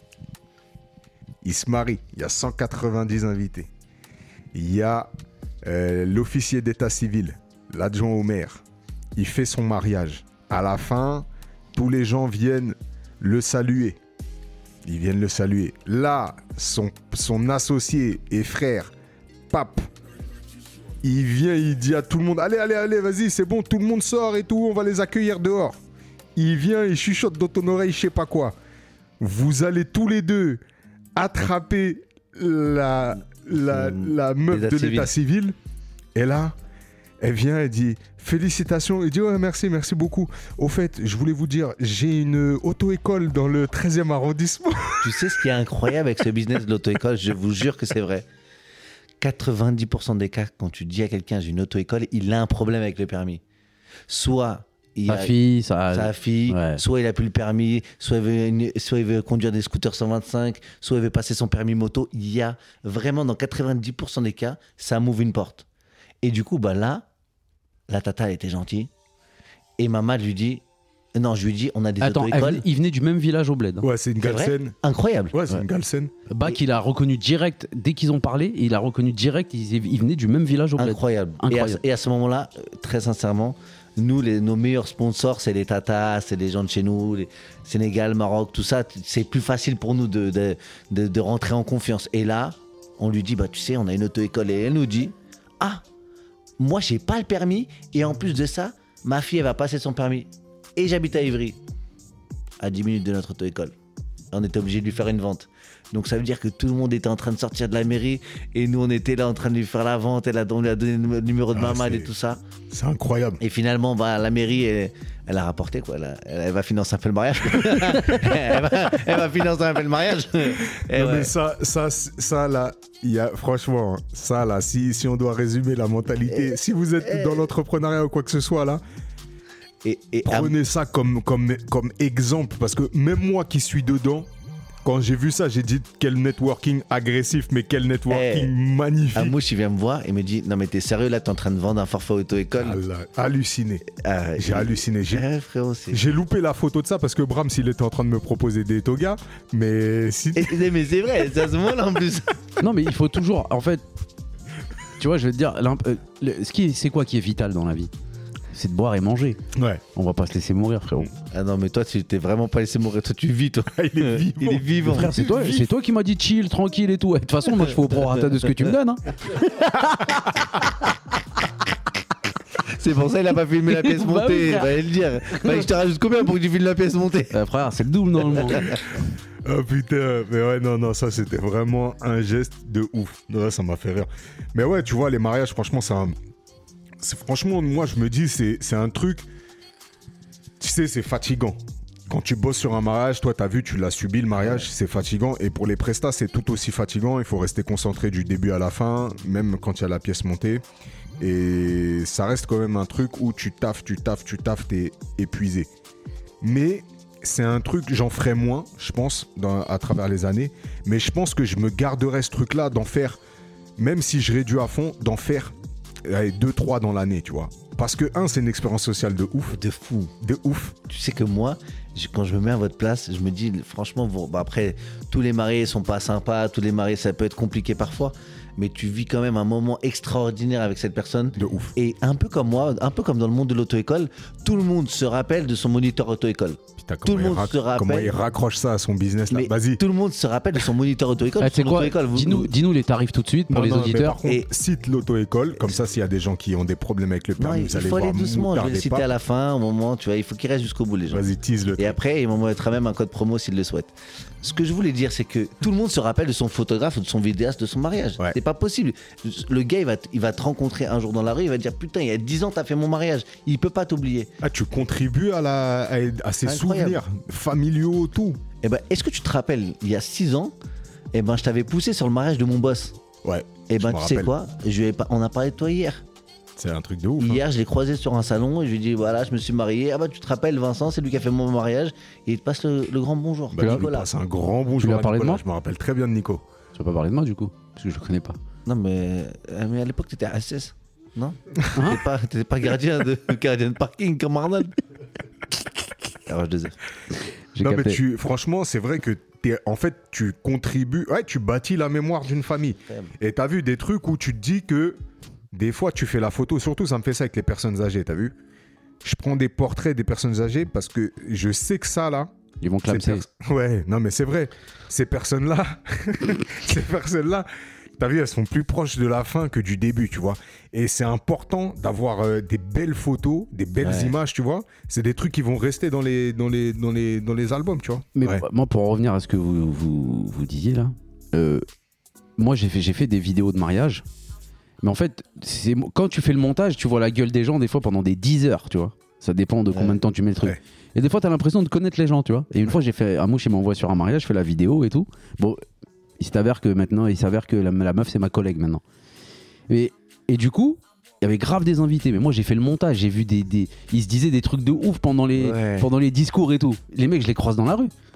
Il se marie. Il y a cent quatre-vingt-dix invités. Il y a euh, l'officier d'état civil, l'adjoint au maire. Il fait son mariage. À la fin, tous les gens viennent le saluer. Ils viennent le saluer. Là, son, son associé et frère, Pape, il vient, il dit à tout le monde, allez, allez, allez, vas-y, c'est bon, tout le monde sort et tout, on va les accueillir dehors. Il vient, il chuchote dans ton oreille, je sais pas quoi. Vous allez tous les deux attraper la, la, Mmh, la meuf l'état de civil. l'état civil. Et là, elle vient, elle dit félicitations. Il dit ouais, merci, merci beaucoup. Au fait, je voulais vous dire, j'ai une auto-école dans le treizième arrondissement. Tu sais ce qui est incroyable avec ce business de l'auto-école? Je vous jure que c'est vrai. quatre-vingt-dix pour cent des cas, quand tu dis à quelqu'un j'ai une auto-école, il a un problème avec le permis. Soit il Sa a fille, ça. sa fille, Ouais. soit il a plus le permis, soit il, veut une- soit il veut conduire des scooters cent vingt-cinq, soit il veut passer son permis moto. Il y a vraiment dans quatre-vingt-dix pour cent des cas, ça m'ouvre une porte. Et du coup, bah là, la tata elle était gentille. Et maman lui dit, non, je lui dis, on a des Attends, elle auto-écoles. venait- il venait du même village au bled. hein. Ouais, c'est une C'est vrai galsen. Incroyable. Ouais, c'est Ouais. une galsen. Bach, il a reconnu direct, dès qu'ils ont parlé, il a reconnu direct, il, il venait du même village au bled. Incroyable. Incroyable. Et, à, et à ce moment-là, euh, très sincèrement, nous, les, nos meilleurs sponsors, c'est les Tatas, c'est les gens de chez nous, les Sénégal, Maroc, tout ça. t- C'est plus facile pour nous de, de, de, de rentrer en confiance. Et là, on lui dit, bah, tu sais, on a une auto-école. Et elle nous dit, ah, moi, j'ai pas le permis. Et en plus de ça, ma fille, elle va passer son permis. Et j'habite à Ivry, à dix minutes de notre auto-école. On était obligé de lui faire une vente. Donc ça veut dire que tout le monde était en train de sortir de la mairie et nous on était là en train de lui faire la vente. Elle a, on lui a donné le numéro de Ah, maman c'est- et tout ça. C'est incroyable. Et finalement, bah, la mairie, elle, elle a rapporté quoi. Elle, a- elle- elle va financer un peu le mariage. elle, va, elle va financer un peu le mariage. Et Non, ouais. mais ça, ça, ça là, il y a, franchement, ça là, si, si on doit résumer la mentalité, si vous êtes dans l'entrepreneuriat ou quoi que ce soit là, Et, et ah, prenez ça comme, comme, comme exemple, parce que même moi qui suis dedans, quand j'ai vu ça, j'ai dit quel networking agressif, mais quel networking Eh, magnifique. Amouche, il vient me voir et me dit, non mais t'es sérieux là, t'es en train de vendre un forfait auto-école. Ah là, halluciné. Ah, J'ai halluciné. J'ai Ouais, frérot, c'est... j'ai loupé la photo de ça parce que Brahms, il était en train de me proposer des togas, mais si. Et- et- mais c'est vrai, c'est à ce moment-là en plus. Non, mais il faut toujours. En fait, tu vois, je vais te dire, l'imp- euh, le- ce qui est- c'est quoi qui est vital dans la vie? C'est de boire et manger. Ouais, On va pas se laisser mourir, frérot. Ah non, mais toi, tu t'es vraiment pas laissé mourir. Toi, tu vis, toi. il est vivant. Il est vivant. Frère, c'est toi, c'est toi qui m'as dit chill, tranquille et tout. De toute façon, moi, je fais au prorata de ce que tu me donnes. hein. C'est pour ça qu'il a pas filmé la pièce Bah oui, montée. frère. Va le dire. Bah, je te rajoute combien pour que tu filmes la pièce montée? Euh, frère, c'est le double normalement. Oh putain, mais ouais, non, non, ça c'était vraiment un geste de ouf. Ouais, ça m'a fait rire. Mais ouais, tu vois, les mariages, franchement, c'est un. c'est- Franchement, moi, je me dis, c'est c'est un truc. Tu sais, c'est fatigant. Quand tu bosses sur un mariage, toi, t'as vu, tu l'as subi le mariage, c'est fatigant. Et pour les prestats, c'est tout aussi fatigant. Il faut rester concentré du début à la fin, même quand il y a la pièce montée. Et ça reste quand même un truc où tu taffes, tu taffes, tu taffes, t'es épuisé. Mais c'est un truc, j'en ferai moins, je pense, dans- à travers les années. Mais je pense que je me garderai ce truc-là d'en faire, même si je réduis à fond, d'en faire deux trois dans l'année, tu vois. Parce que, un, c'est une expérience sociale de ouf. De fou. De ouf. Tu sais que moi, je- quand je me mets à votre place, je me dis, franchement, bon, bah après, tous les mariés sont pas sympas, tous les mariés, ça peut être compliqué parfois, mais tu vis quand même un moment extraordinaire avec cette personne. De ouf. Et un peu comme moi, un peu comme dans le monde de l'auto-école, tout le monde se rappelle de son moniteur auto-école. Putain, Tout le comment il monde rac- se rappelle. Comment il raccroche ça à son business là. Mais Vas-y. tout le monde se rappelle de son moniteur auto-école. Ah, tu sais son quoi auto-école, vous- Dis-nous dis-nous les tarifs tout de suite pour Non, les non, mais auditeurs. par contre, Et- cite l'auto-école, comme ça, s'il y a des gens qui ont des problèmes avec le Non, permis, il vous allez faut aller voir, doucement, je vais le tardez citer pas. à la fin, au moment, tu vois, il faut qu'il reste jusqu'au bout les gens. Vas-y, tease le Et truc. après, il m'en mettra même un code promo s'il le souhaite. Ce que je voulais dire, c'est que tout le monde se rappelle de son photographe ou de son vidéaste de son mariage. Ouais. C'est pas possible. Le gars, il va, t- il va te rencontrer un jour dans la rue, il va te dire putain, il y a dix ans, t'as fait mon mariage. Il peut pas t'oublier. Ah, tu contribues à, la, à, à ces Incroyable. souvenirs familiaux, tout. Eh ben, est-ce que tu te rappelles, il y a six ans, eh ben, je t'avais poussé sur le mariage de mon boss. Ouais. Eh Je ben, me tu sais rappelle. quoi je lui ai pas, On a parlé de toi hier. C'est un truc de ouf. hein. Hier, je l'ai croisé sur un salon et je lui ai dit voilà, je me suis marié. Ah bah, tu te rappelles, Vincent, c'est lui qui a fait mon mariage. Et il te passe le, le grand bonjour. Bah, tu lui Nicolas. passes un grand bonjour. lui as à parlé de Nicolas. moi Je me rappelle très bien de Nico. Tu vas pas parler de moi du coup parce que je le connais pas. Non, mais, euh, mais à l'époque, t'étais à S S, non Hein T'étais pas, t'étais pas gardien de, gardien de parking comme Arnold. Alors, je disais. J'ai Non, capté. mais tu, franchement, c'est vrai que t'es, en fait, tu contribues, ouais, tu bâtis la mémoire d'une famille. Et t'as vu des trucs où tu te dis que des fois, tu fais la photo. Surtout, ça me fait ça avec les personnes âgées, t'as vu? Je prends des portraits des personnes âgées parce que je sais que ça, là. Ils vont ces clamser. pers- Ouais, non, mais c'est vrai. Ces personnes-là, ces personnes-là, t'as vu, elles sont plus proches de la fin que du début, tu vois. Et c'est important d'avoir euh, des belles photos, des belles Ouais. images, tu vois. C'est des trucs qui vont rester dans les, dans les, dans les, dans les albums, tu vois. Mais Ouais. moi, pour en revenir à ce que vous, vous, vous disiez là, euh, moi j'ai fait, j'ai fait des vidéos de mariage. Mais en fait, c'est, quand tu fais le montage, tu vois la gueule des gens des fois pendant des dix heures, tu vois. Ça dépend de combien Ouais. de temps tu mets le truc. Ouais. Et des fois, tu as l'impression de connaître les gens, tu vois. Et une fois, j'ai fait. Amouche, il m'envoie sur un mariage, je fais la vidéo et tout. Bon, il s'avère que maintenant, il s'avère que la, la meuf, c'est ma collègue maintenant. Et, et du coup, il y avait grave des invités. Mais moi, j'ai fait le montage, j'ai vu des, des. Ils se disaient des trucs de ouf pendant les, Ouais. pendant les discours et tout. Les mecs, je les croise dans la rue.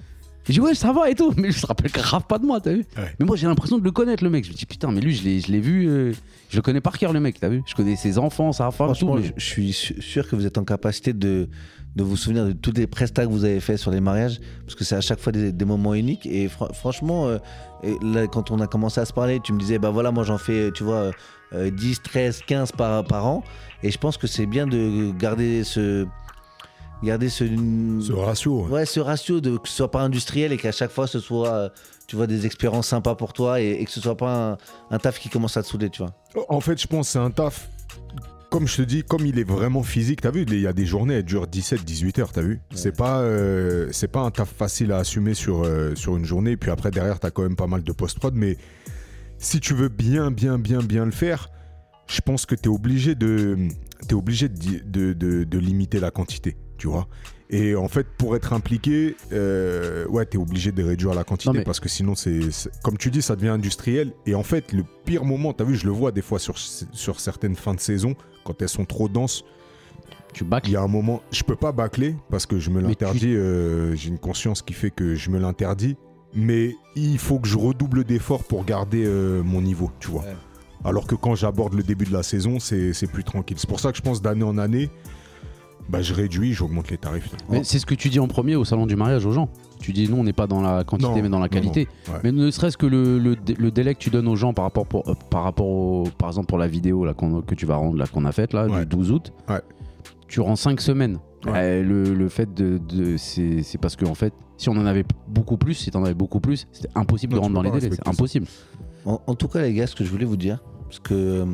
J'ai dit ouais, ça va et tout, mais je me rappelle grave pas de moi, t'as vu. Ouais. Mais moi j'ai l'impression de le connaître le mec. Je me dis putain, mais lui je l'ai, je l'ai vu, euh, je le connais par cœur le mec, t'as vu. Je connais ses enfants, sa femme, tout. Franchement, mais- je, je suis su- sûr que vous êtes en capacité de, de vous souvenir de tous les prestats que vous avez fait sur les mariages, parce que c'est à chaque fois des, des moments uniques. Et fr- franchement, euh, et là, quand on a commencé à se parler, tu me disais, bah voilà, moi j'en fais, tu vois, euh, dix, treize, quinze par, par an. Et je pense que c'est bien de garder ce. Garder ce, Ce ratio. ouais. ouais, ce ratio, de, que ce soit pas industriel et qu'à chaque fois ce soit, euh, tu vois, des expériences sympas pour toi et, et que ce soit pas un, un taf qui commence à te saouler, tu vois. En fait, je pense que c'est un taf. Comme je te dis, comme il est vraiment physique, t'as vu, il y a des journées, elles durent dix-sept dix-huit heures, t'as vu. C'est pas, euh, c'est pas un taf facile à assumer sur, euh, sur une journée. Puis après, derrière, t'as quand même pas mal de post-prod. Mais si tu veux bien, bien, bien, bien le faire, je pense que t'es obligé de, t'es obligé de, di- de, de, de limiter la quantité, tu vois. Et en fait, pour être impliqué, euh, ouais, t'es obligé de réduire la quantité Non, mais- parce que sinon, c'est, c'est- comme tu dis, ça devient industriel. Et en fait, le pire moment, t'as vu, je le vois des fois sur, sur certaines fins de saison, quand elles sont trop denses, Tu bâcles. il y a un moment, je peux pas bâcler parce que je me Mais l'interdis. euh, j'ai une conscience qui fait que je me l'interdis. Mais il faut que je redouble d'efforts pour garder euh, mon niveau, tu vois. Ouais. Alors que quand j'aborde le début de la saison, c'est, c'est plus tranquille. C'est pour ça que je pense d'année en année, bah, je réduis, j'augmente les tarifs. Mais c'est ce que tu dis en premier au salon du mariage aux gens. Tu dis non, on n'est pas dans la quantité Non, mais dans la non, qualité. non, ouais. Mais ne serait-ce que le, le, dé- le délai que tu donnes aux gens par rapport, pour, euh, par, rapport au, par exemple pour la vidéo là, qu'on- que tu vas rendre, là, qu'on a faite là, Ouais. du douze août, Ouais. tu rends cinq semaines. Ouais. Euh, le, le fait de, de c'est, c'est parce que en fait, si on en avait beaucoup plus, si t'en avais beaucoup plus, c'était impossible Non, de tu rendre dans peux les pas délais. C'est respecter ça. impossible. En, en tout cas, les gars, ce que je voulais vous dire, parce que euh,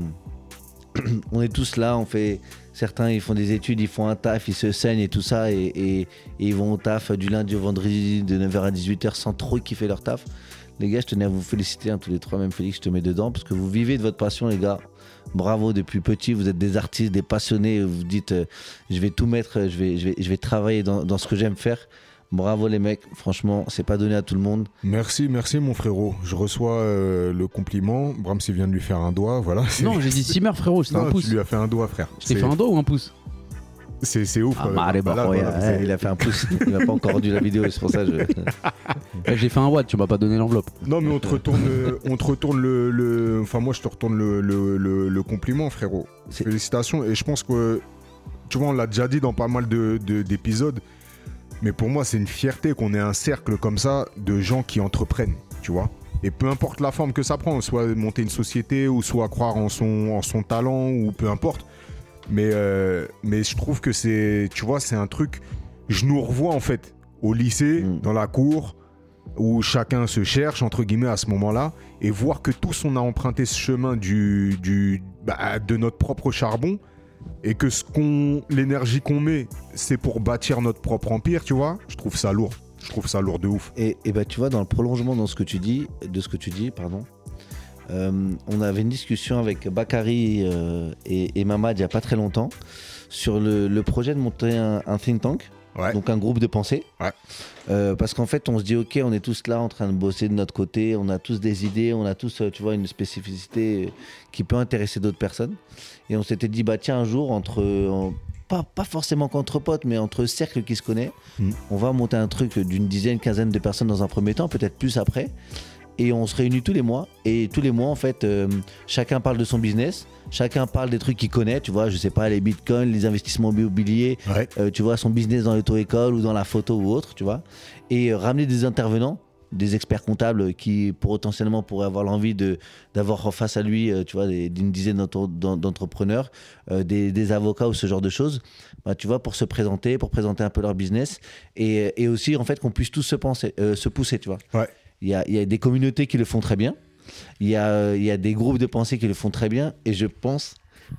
on est tous là, on fait. Certains, ils font des études, ils font un taf, ils se saignent et tout ça, et, et- et ils vont au taf du lundi au vendredi de neuf heures à dix-huit heures sans trop kiffer leur taf. Les gars, je tenais à vous féliciter, hein, tous les trois, même Félix, je te mets dedans, parce que vous vivez de votre passion, les gars. Bravo, depuis petit, vous êtes des artistes, des passionnés. Vous dites, euh, je vais tout mettre, je vais, je vais, je vais travailler dans, dans ce que j'aime faire. Bravo, les mecs. Franchement, c'est pas donné à tout le monde. Merci, merci mon frérot. Je reçois euh, le compliment. Brahms il vient de lui faire un doigt, voilà. C'est- Non, j'ai dit Simmer frérot, c'était Non, un pouce. tu lui as fait un doigt, frère. Je t'ai C'est- fait un doigt ou un pouce? C'est, c'est ouf. Ah, euh, bah, allez, voilà, bah, Ouais, voilà, ouais, c'est- il a fait un pouce. Il m'a pas encore rendu la vidéo, c'est pour ça que je. Ouais, j'ai fait un watt, tu m'as pas donné l'enveloppe. Non, mais on te retourne, le- on te retourne le, le- Enfin, moi, je te retourne le, le- le- le compliment, frérot. C'est- Félicitations. Et je pense que, tu vois, on l'a déjà dit dans pas mal de, de- d'épisodes, mais pour moi, c'est une fierté qu'on ait un cercle comme ça de gens qui entreprennent, tu vois. Et peu importe la forme que ça prend, soit monter une société ou soit croire en son, en son talent ou peu importe. Mais, euh, mais je trouve que c'est, tu vois, c'est un truc. Je nous revois en fait au lycée, Mm. dans la cour, où chacun se cherche, entre guillemets, à ce moment-là, et voir que tous on a emprunté ce chemin du, du, bah, de notre propre charbon, et que ce qu'on, l'énergie qu'on met, c'est pour bâtir notre propre empire, tu vois. Je trouve ça lourd. Je trouve ça lourd de ouf. Et, et bah, tu vois, dans le prolongement dans ce que tu dis, de ce que tu dis, pardon, euh, on avait une discussion avec Bakary euh, et, et Mamad il n'y a pas très longtemps sur le, le projet de monter un, un think tank, Ouais. donc un groupe de pensée. Ouais. Euh, parce qu'en fait, on se dit, ok, on est tous là en train de bosser de notre côté, on a tous des idées, on a tous, euh, tu vois, une spécificité euh, qui peut intéresser d'autres personnes. Et on s'était dit, bah tiens, un jour, entre, euh, pas, pas forcément qu'entre potes, mais entre cercles qui se connaissent, Mm. on va monter un truc d'une dizaine, quinzaine de personnes dans un premier temps, peut-être plus après. Et on se réunit tous les mois. Et tous les mois, en fait, euh, chacun parle de son business. Chacun parle des trucs qu'il connaît. Tu vois, je sais pas, les bitcoins, les investissements immobiliers, Ouais. euh, tu vois, son business dans l'auto-école ou dans la photo ou autre, tu vois. Et euh, ramener des intervenants, des experts comptables qui potentiellement pourraient avoir l'envie de, d'avoir face à lui, euh, tu vois, des- d'une dizaine d'entre- d'en- d'entrepreneurs, euh, des, des avocats ou ce genre de choses, bah, tu vois, pour se présenter, pour présenter un peu leur business. Et, et aussi, en fait, qu'on puisse tous se, penser, euh, se pousser, tu vois. Ouais. Il y a, il y a des communautés qui le font très bien. Il y, a, euh, il y a des groupes de pensée qui le font très bien. Et je pense.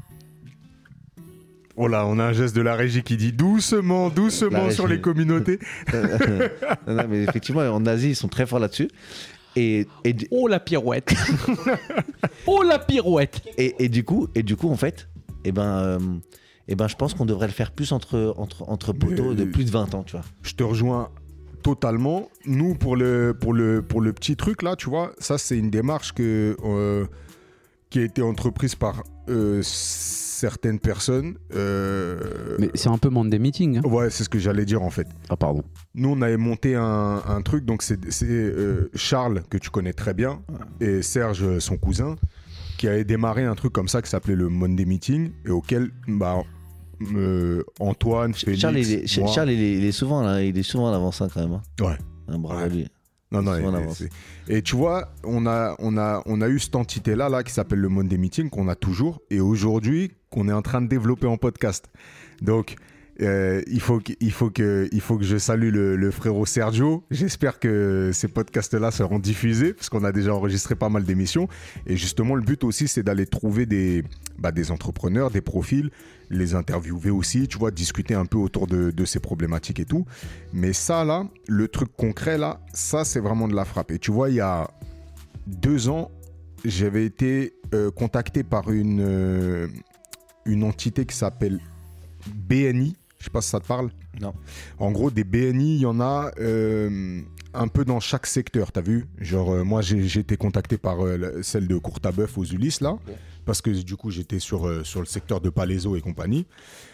Oh là, on a un geste de la régie qui dit doucement, La doucement régie. sur les communautés. non, non, mais effectivement, en Asie, ils sont très forts là-dessus. Et, et, du- Oh la pirouette. Oh la pirouette. et, et du coup, et du coup, en fait, eh ben, euh, eh ben, je pense qu'on devrait le faire plus entre, entre, entre poteaux de plus de vingt ans, tu vois. Je te rejoins totalement. Nous, pour le, pour le, pour le petit truc là, tu vois, ça c'est une démarche que, euh, qui a été entreprise par euh, certaines personnes. Euh... Mais c'est un peu Monday Meeting. Hein. Ouais, c'est ce que j'allais dire en fait. Ah, pardon. Nous, on avait monté un, un truc, donc c'est, c'est euh, Charles, que tu connais très bien, et Serge, son cousin, qui avait démarré un truc comme ça qui s'appelait le Monday Meeting, et auquel bah, euh, Antoine, Félix, Charles, il est, moi... Charles il, est, il est souvent là, il est souvent en avance hein, quand même. Hein. Ouais. Un bravo ouais. à lui. Non, non, et, et tu vois, on a, on a, on a eu cette entité-là là, qui s'appelle le Monday Meeting, qu'on a toujours, et aujourd'hui, qu'on est en train de développer en podcast. Donc, euh, il, faut que, il, faut que, il faut que je salue le, le frérot Sergio. J'espère que ces podcasts-là seront diffusés, parce qu'on a déjà enregistré pas mal d'émissions. Et justement, le but aussi, c'est d'aller trouver des, bah, des entrepreneurs, des profils, les interviewer aussi, tu vois, discuter un peu autour de, de ces problématiques et tout. Mais ça, là, le truc concret, là, ça, c'est vraiment de la frappe. Et tu vois, il y a deux ans, j'avais été euh, contacté par une, euh, une entité qui s'appelle B N I. Je sais pas si ça te parle. Non. En gros, des B N I, il y en a euh, un peu dans chaque secteur, t'as vu. Genre, euh, moi, j'ai, j'ai été contacté par euh, celle de Courtabœuf aux Ulysses, là, ouais. Parce que du coup, j'étais sur, euh, sur le secteur de Palaiso et compagnie.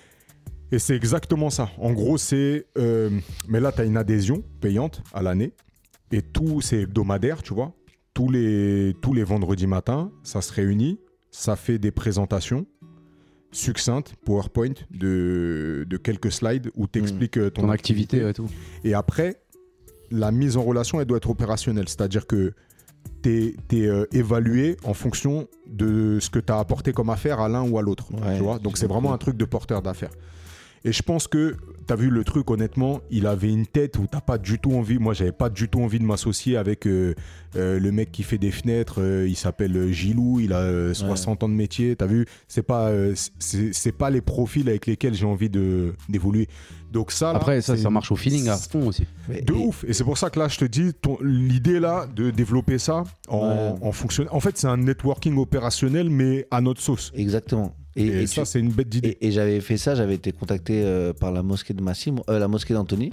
Et c'est exactement ça. En gros, c'est... Euh, mais là, tu as une adhésion payante à l'année. Et tout, c'est hebdomadaire, tu vois. Tous les, tous les vendredis matins, ça se réunit. Ça fait des présentations succinctes, PowerPoint, de, de quelques slides où tu expliques mmh. ton, ton activité. activité et tout. Et après, la mise en relation, elle doit être opérationnelle. C'est-à-dire que tu es euh, évalué en fonction de ce que tu as apporté comme affaire à l'un ou à l'autre. Ouais, tu vois. Donc, c'est, c'est vraiment cool. Un truc de porteur d'affaires. Et je pense que, tu as vu le truc, honnêtement, il avait une tête où tu n'as pas du tout envie. Moi, j'avais pas du tout envie de m'associer avec euh, euh, le mec qui fait des fenêtres. Euh, il s'appelle Gilou, il a euh, soixante ouais. ans de métier. Tu as vu, c'est pas, euh, c'est, c'est pas les profils avec lesquels j'ai envie de, d'évoluer. Donc ça, là, après, ça, ça marche au feeling à fond aussi. De et... ouf. Et c'est pour ça que là, je te dis, ton, l'idée là de développer ça en, ouais. en fonctionnant. En fait, c'est un networking opérationnel, mais à notre sauce. Exactement. Et, et, et ça, tu... c'est une bête d'idée. Et, et j'avais fait ça, j'avais été contacté euh, par la mosquée de Massimo, euh, la mosquée d'Antony,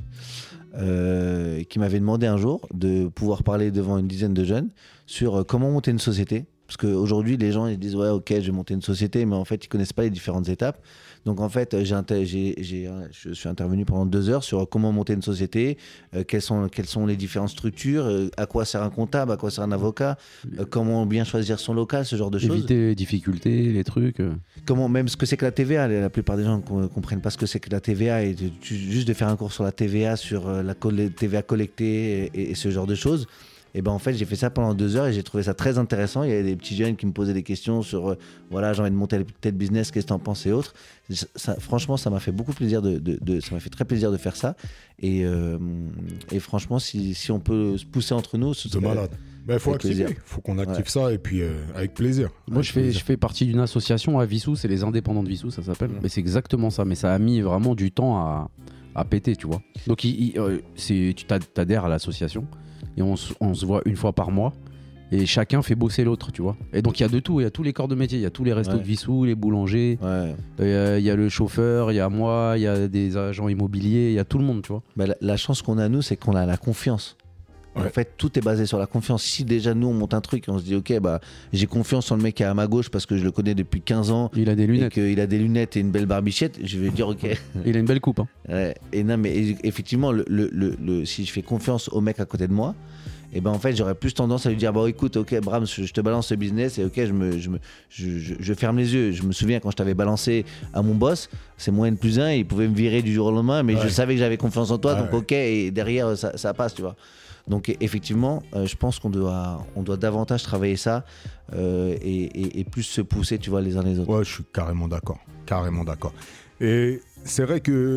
euh, qui m'avait demandé un jour de pouvoir parler devant une dizaine de jeunes sur euh, comment monter une société. Parce qu'aujourd'hui, les gens ils disent ouais, ok, je vais monter une société, mais en fait, ils connaissent pas les différentes étapes. Donc en fait, j'ai, j'ai, j'ai, je suis intervenu pendant deux heures sur comment monter une société, euh, quelles, sont, quelles sont les différentes structures, euh, à quoi sert un comptable, à quoi sert un avocat, euh, comment bien choisir son local, ce genre de choses. Éviter les difficultés, les trucs. Comment, même ce que c'est que la T V A, la plupart des gens ne comprennent pas ce que c'est que la T V A, et de, juste de faire un cours sur la T V A, sur la T V A collectée et, et ce genre de choses. Et ben en fait, j'ai fait ça pendant deux heures et j'ai trouvé ça très intéressant. Il y avait des petits jeunes qui me posaient des questions sur euh, voilà, j'ai envie de monter tel business, qu'est-ce que t'en penses et autres. Ça, franchement, ça m'a fait beaucoup plaisir de, de, de, ça m'a fait très plaisir de faire ça. Et, euh, et franchement, si, si on peut se pousser entre nous, c'est malade. Il bah, faut activer, il faut qu'on active ouais. ça et puis euh, avec plaisir. Moi, avec je, fais, plaisir. je fais partie d'une association à Vissou, c'est les indépendants de Vissou, ça s'appelle. Mmh. Mais c'est exactement ça, mais ça a mis vraiment du temps à, à péter, tu vois. Donc, il, il, euh, c'est, tu t'adhères à l'association. Et on, on se voit une fois par mois et chacun fait bosser l'autre, tu vois. Et donc il y a de tout, il y a tous les corps de métier, il y a tous les restos ouais. de Vissou, les boulangers, il ouais. euh, y a le chauffeur, il y a moi, il y a des agents immobiliers, il y a tout le monde, tu vois. Bah, la, la chance qu'on a nous, c'est qu'on a la confiance. Ouais. En fait, tout est basé sur la confiance. Si déjà nous on monte un truc et on se dit ok, bah j'ai confiance en le mec qui est à ma gauche parce que je le connais depuis quinze ans. Il a des lunettes. Et qu'il a des lunettes et une belle barbichette, je vais dire ok. Il a une belle coupe. Hein. Ouais. Et non, mais effectivement, le, le, le, le, si je fais confiance au mec à côté de moi, et ben en fait j'aurais plus tendance à lui dire bon écoute ok Brahms je te balance ce business et ok je me je me je, je, je ferme les yeux. Je me souviens quand je t'avais balancé à mon boss, c'est moins N plus un, il pouvait me virer du jour au lendemain, mais ouais. je savais que j'avais confiance en toi, ouais, donc ouais. ok, et derrière ça, ça passe, tu vois. Donc effectivement, euh, je pense qu'on doit, on doit davantage travailler ça euh, et, et, et plus se pousser, tu vois, les uns les autres. Ouais, je suis carrément d'accord, carrément d'accord. Et c'est vrai que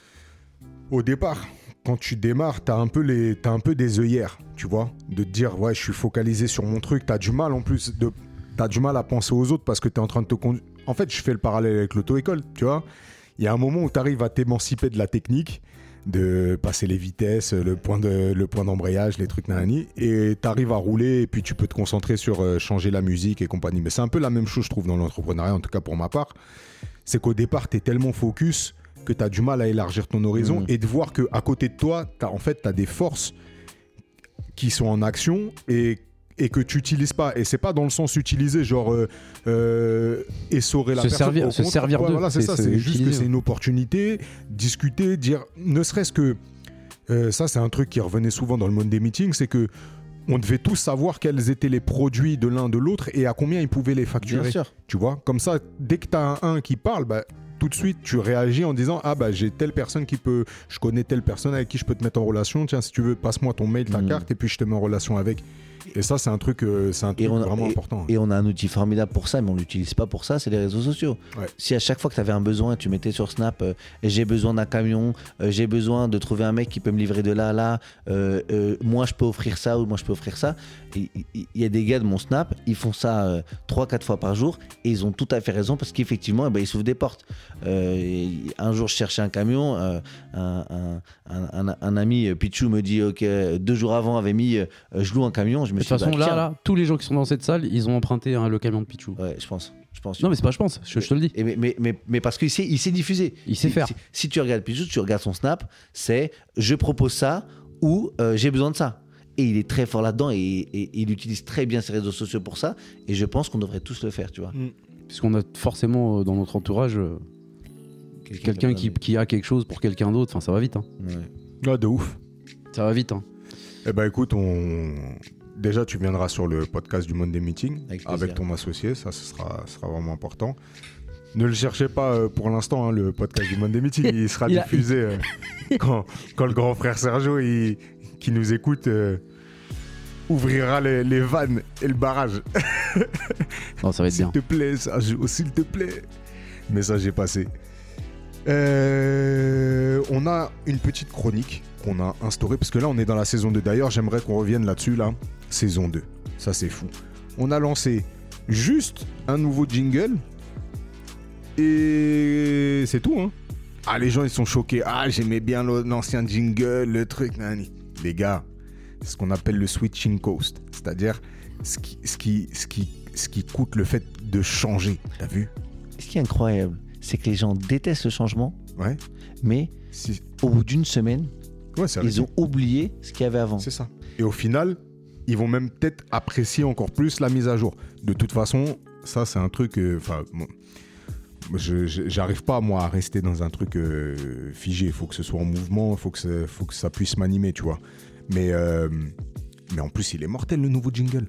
au départ, quand tu démarres, t'as un peu les, t'as un peu des œillères, tu vois, de te dire ouais, je suis focalisé sur mon truc. T'as du mal en plus de, t'as du mal à penser aux autres parce que t'es en train de te conduire. En fait, je fais le parallèle avec l'auto-école, tu vois. Il y a un moment où t'arrives à t'émanciper de la technique, de passer les vitesses, le point, de, le point d'embrayage, les trucs nanani, et t'arrives à rouler et puis tu peux te concentrer sur euh, changer la musique et compagnie. Mais c'est un peu la même chose, je trouve, dans l'entrepreneuriat, en tout cas pour ma part. C'est qu'au départ, t'es tellement focus que t'as du mal à élargir ton horizon mmh. et de voir qu'à côté de toi, t'as, en fait, t'as des forces qui sont en action et, et que tu n'utilises pas, et c'est pas dans le sens utilisé, genre euh, euh, essorer la Se personne. servir- Au se contraire, servir ouais, d'eux, voilà, c'est c'est- ça, c'est c'est juste que utiliser, c'est ouais. une opportunité, discuter, dire, ne serait-ce que, euh, ça c'est un truc qui revenait souvent dans le monde des meetings, c'est que on devait tous savoir quels étaient les produits de l'un de l'autre et à combien ils pouvaient les facturer. Bien sûr. Tu vois, comme ça, dès que tu as un, un qui parle, bah, tout de suite, tu réagis en disant ah bah j'ai telle personne qui peut, je connais telle personne avec qui je peux te mettre en relation. Tiens, si tu veux, passe-moi ton mail, ta Mm. carte, et puis je te mets en relation avec. Et ça, c'est un truc, euh, c'est un truc Et on a- vraiment et- important. Et on a un outil formidable pour ça, mais on l'utilise pas pour ça, c'est les réseaux sociaux. Ouais. Si à chaque fois que tu avais un besoin, tu mettais sur Snap, euh, j'ai besoin d'un camion, euh, j'ai besoin de trouver un mec qui peut me livrer de là à là, euh, euh, moi je peux offrir ça ou moi je peux offrir ça. Il y, y a des gars de mon Snap, ils font ça trois quatre fois par jour et ils ont tout à fait raison parce qu'effectivement, eh ben, ils s'ouvrent des portes. Euh, et un jour, je cherchais un camion, euh, un, un, un, un, un ami, euh, Pichou, me dit ok, deux jours avant avait mis euh, je loue un camion. Je me De suis toute dit, façon, bah, là, tiens. là, tous les gens qui sont dans cette salle, ils ont emprunté hein, le camion de Pichou. Ouais, je pense. Je pense. Non, mais c'est pas je pense, je, je te le dis. Et mais, mais, mais, mais parce qu'il sait, il sait diffuser. Il sait Si- faire. Si, si tu regardes Pichou, tu regardes son Snap, c'est je propose ça ou euh, j'ai besoin de ça. Et il est très fort là-dedans et, et- et il utilise très bien ses réseaux sociaux pour ça. Et je pense qu'on devrait tous le faire, tu vois. Puisqu'on a forcément euh, dans notre entourage euh, quelqu'un qui, qui a quelque chose pour quelqu'un d'autre. Enfin, ça va vite. Hein. Ouais. Ah, de ouf. Ça va vite. Hein. Eh ben écoute, on... déjà tu viendras sur le podcast du Monday Meeting Avec avec, plaisir. ton associé, ça ce sera, ce sera vraiment important. Ne le cherchez pas euh, pour l'instant, hein, le podcast du Monday Meeting, il sera Il a- diffusé euh, quand, quand le grand frère Sergio, il- qui nous écoute, euh, ouvrira les, les vannes et le barrage. Non, ça va être S'il bien. te plaît, Sergio, s'il te plaît. Message est passé. Euh, on a une petite chronique qu'on a instaurée, parce que là, on est dans la saison deux. D'ailleurs, j'aimerais qu'on revienne là-dessus, là. Saison deux. Ça, c'est fou. On a lancé juste un nouveau jingle. Et c'est tout, hein. Ah, les gens, ils sont choqués. Ah, j'aimais bien l'ancien jingle, le truc. Nani. Les gars, c'est ce qu'on appelle le switching cost. C'est-à-dire ce qui, ce, qui, ce, qui, ce qui coûte le fait de changer. T'as vu? Ce qui est incroyable, c'est que les gens détestent le changement, Ouais. mais Si... au bout d'une semaine, Ouais, c'est ils ont oublié ce qu'il y avait avant. C'est ça. Et au final, ils vont même peut-être apprécier encore plus la mise à jour. De toute façon, ça, c'est un truc... Enfin, euh, je, je, j'arrive pas, moi, à rester dans un truc euh, figé. Il faut que ce soit en mouvement, il faut, faut que ça puisse m'animer, tu vois. Mais, euh, mais en plus, il est mortel, le nouveau jingle.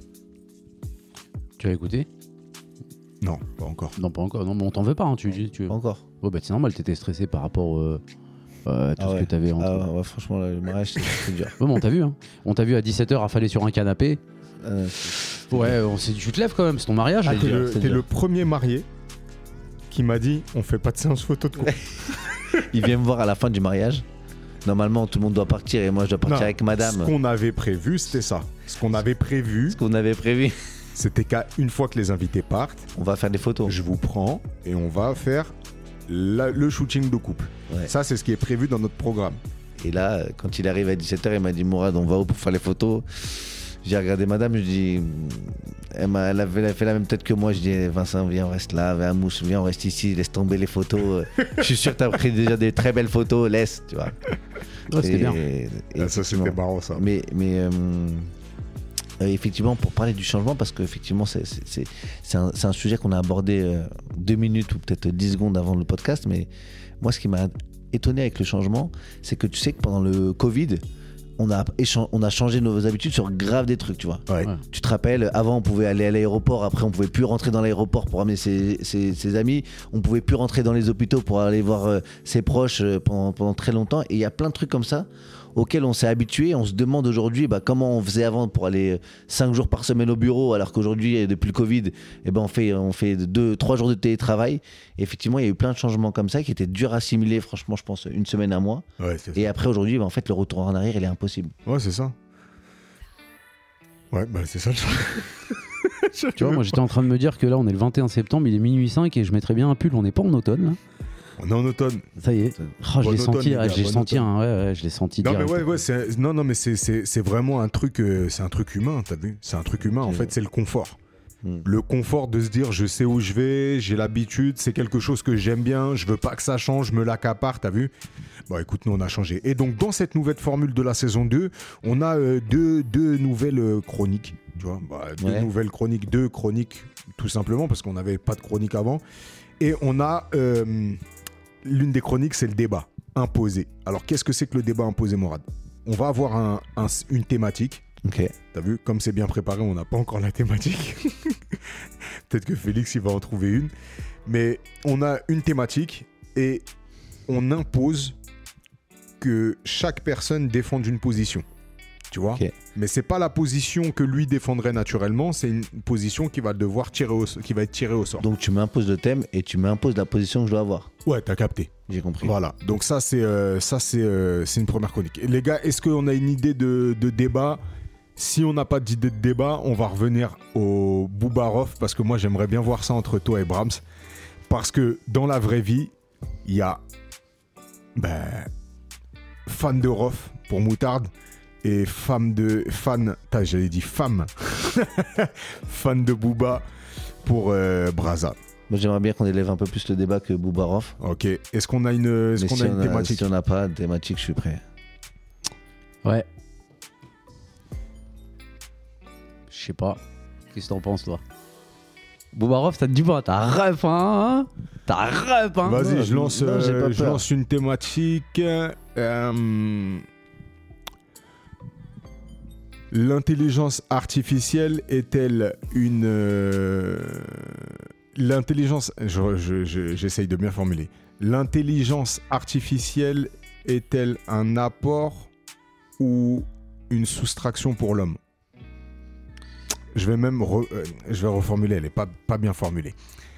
Tu as écouté? Non, pas encore. Non, pas encore. Non, mais on t'en veut pas. Hein, tu, tu, tu... Pas encore. Ouais, bah, c'est normal, t'étais stressé par rapport euh, euh, à tout Ah ce ouais. que t'avais entre. Ah ouais, franchement, là, le mariage, c'est c'est dur. Ouais, mais on t'a vu. Hein. On t'a vu à dix-sept heures affaler sur un canapé. Euh, Ouais, on s'est dit, tu te lèves quand même, c'est ton mariage. Ah, je t'es veux dire, le, c'est t'es dur. le premier marié qui m'a dit on fait pas de séance photo de couple. il vient me voir à la fin du mariage. Normalement, tout le monde doit partir et moi, je dois partir Non, avec madame. Ce qu'on avait prévu, c'était ça. Ce qu'on avait prévu, Ce qu'on avait prévu. c'était qu'à une fois que les invités partent, On va faire des photos. je vous prends et on va faire la- le shooting de couple. Ouais. Ça, c'est ce qui est prévu dans notre programme. Et là, quand il arrive à dix-sept heures, il m'a dit Mourad, on va où pour faire les photos? J'ai regardé madame, je dis. Elle, m'a, elle, avait, elle a fait la même tête que moi. Je dis Vincent, viens, on reste là. Viens, Mousse, viens, on reste ici. Laisse tomber les photos. Je suis sûr que tu as pris déjà des très belles photos. Laisse, tu vois. Ouais, c'était Et- bien. et Ah, ça, effectivement. c'était marrant, ça. Mais, mais euh, euh, effectivement, pour parler du changement, parce qu'effectivement, c'est, c'est, c'est, c'est, un, c'est un sujet qu'on a abordé euh, deux minutes ou peut-être dix secondes avant le podcast. Mais moi, ce qui m'a étonné avec le changement, c'est que tu sais que pendant le Covid, on a, échan- on a changé nos habitudes sur grave des trucs, tu vois. Ouais. Ouais. Tu te rappelles, avant on pouvait aller à l'aéroport, après on pouvait plus rentrer dans l'aéroport pour ramener ses, ses- ses amis, on pouvait plus rentrer dans les hôpitaux pour aller voir euh, ses proches euh, pendant, pendant très longtemps. Et il y a plein de trucs comme ça auxquels on s'est habitué. On se demande aujourd'hui bah, comment on faisait avant pour aller cinq jours par semaine au bureau, alors qu'aujourd'hui, depuis le Covid, eh ben, on fait, on fait deux, trois jours de télétravail. Et effectivement, il y a eu plein de changements comme ça qui étaient durs à assimiler, franchement, je pense, une semaine, un mois. Ouais, c'est Et après, aujourd'hui, bah, en fait, le retour en arrière, il est impossible. ça. Ouais, c'est ça. Ouais, bah c'est ça. le- Tu vois, moi j'étais en train de me dire que là on est le vingt et un septembre, il est minuit cinq et je mettrais bien un pull, on n'est pas en automne là. On est en automne. Ça y est. Oh, je Bon l'ai automne, senti, les ouais, gars, j'ai bon senti automne. un, ouais, ouais, je l'ai senti Non mais direct. ouais ouais c'est non non mais c'est c'est c'est vraiment un truc euh, c'est un truc humain, t'as vu? C'est un truc humain en C'est- fait, c'est le confort. Mmh. Le confort de se dire je sais où je vais, j'ai l'habitude, c'est quelque chose que j'aime bien, je veux pas que ça change, je me l'accapare, t'as vu? Bon écoute, nous on a changé. Et donc dans cette nouvelle formule de la saison deux, on a euh, deux, deux nouvelles euh, chroniques, tu vois, bah, deux Ouais. nouvelles chroniques, deux chroniques tout simplement parce qu'on n'avait pas de chronique avant. Et on a euh, l'une des chroniques, c'est le débat imposé. Alors qu'est-ce que c'est que le débat imposé, Morad? On va avoir un, un, une thématique. Ok. T'as vu, comme c'est bien préparé, on n'a pas encore la thématique. Peut-être que Félix, il va en trouver une. Mais on a une thématique et on impose que chaque personne défende une position. Tu vois? Ok. Mais c'est pas la position que lui défendrait naturellement, c'est une position qui va devoir tirer au, qui va être tirée au sort. Donc tu m'imposes le thème et tu m'imposes la position que je dois avoir. Ouais, t'as capté. J'ai compris. Voilà. Donc ça, c'est euh, ça, c'est euh, c'est une première chronique. Et les gars, est-ce qu'on a une idée de, de débat? Si on n'a pas d'idée de débat, on va revenir au Boubarov parce que moi j'aimerais bien voir ça entre toi et Brahms. Parce que dans la vraie vie, il y a ben, fan de Rof pour Moutarde et femme de fan, t'as, j'allais dire femme, fan de Booba pour euh, Braza. Moi j'aimerais bien qu'on élève un peu plus le débat que Boubarov. Ok. Est-ce qu'on a une, est-ce Mais qu'on si a on une a- thématique? Si on n'a pas de thématique, je suis prêt. Ouais. Je sais pas. Qu'est-ce que t'en penses, toi? Boubarov, ça te dit pas? T'as ref, hein? T'as ref, hein? Vas-y, Non, je lance, non, j'ai euh, pas je peur. lance une thématique. Euh, L'intelligence artificielle est-elle une... euh, L'intelligence... je- je- je- J'essaye de bien formuler. L'intelligence artificielle est-elle un apport ou une soustraction pour l'homme? Je vais même... re- euh, je vais reformuler, elle n'est pas, pas bien formulée.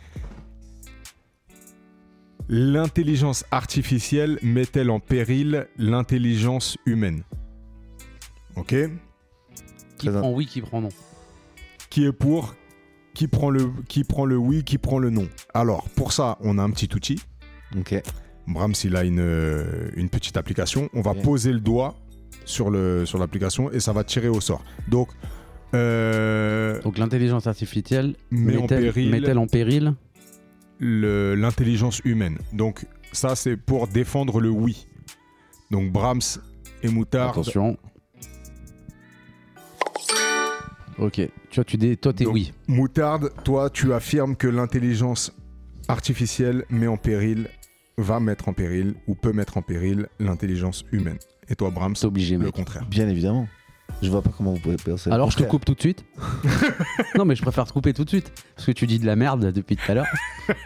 L'intelligence artificielle met-elle en péril l'intelligence humaine? Ok? Qui Très prend oui, qui prend non? Qui est pour? Qui prend le, qui prend le oui? Qui prend le non? Alors, pour ça, on a un petit outil. Ok. Brahms, il a une, euh, une petite application. On va Ok. poser le doigt sur, le, sur l'application et ça va tirer au sort. Donc, euh, Donc l'intelligence artificielle Met en met-elle péril- met-elle en péril? le- l'intelligence humaine. Donc, ça, c'est pour défendre le oui. Donc, Brahms et Moutarde. Attention. Ok. Tu vois, tu dé... toi, t'es Donc, oui. Moutarde, toi, tu affirmes que l'intelligence artificielle met en péril, va mettre en péril ou peut mettre en péril l'intelligence humaine. Et toi, Brahms, C'est obligé, le mec. contraire. Bien évidemment. Je vois pas comment vous pouvez penser. le Alors je te contraire. coupe tout de suite. Non mais je préfère te couper tout de suite parce que tu dis de la merde depuis tout à l'heure.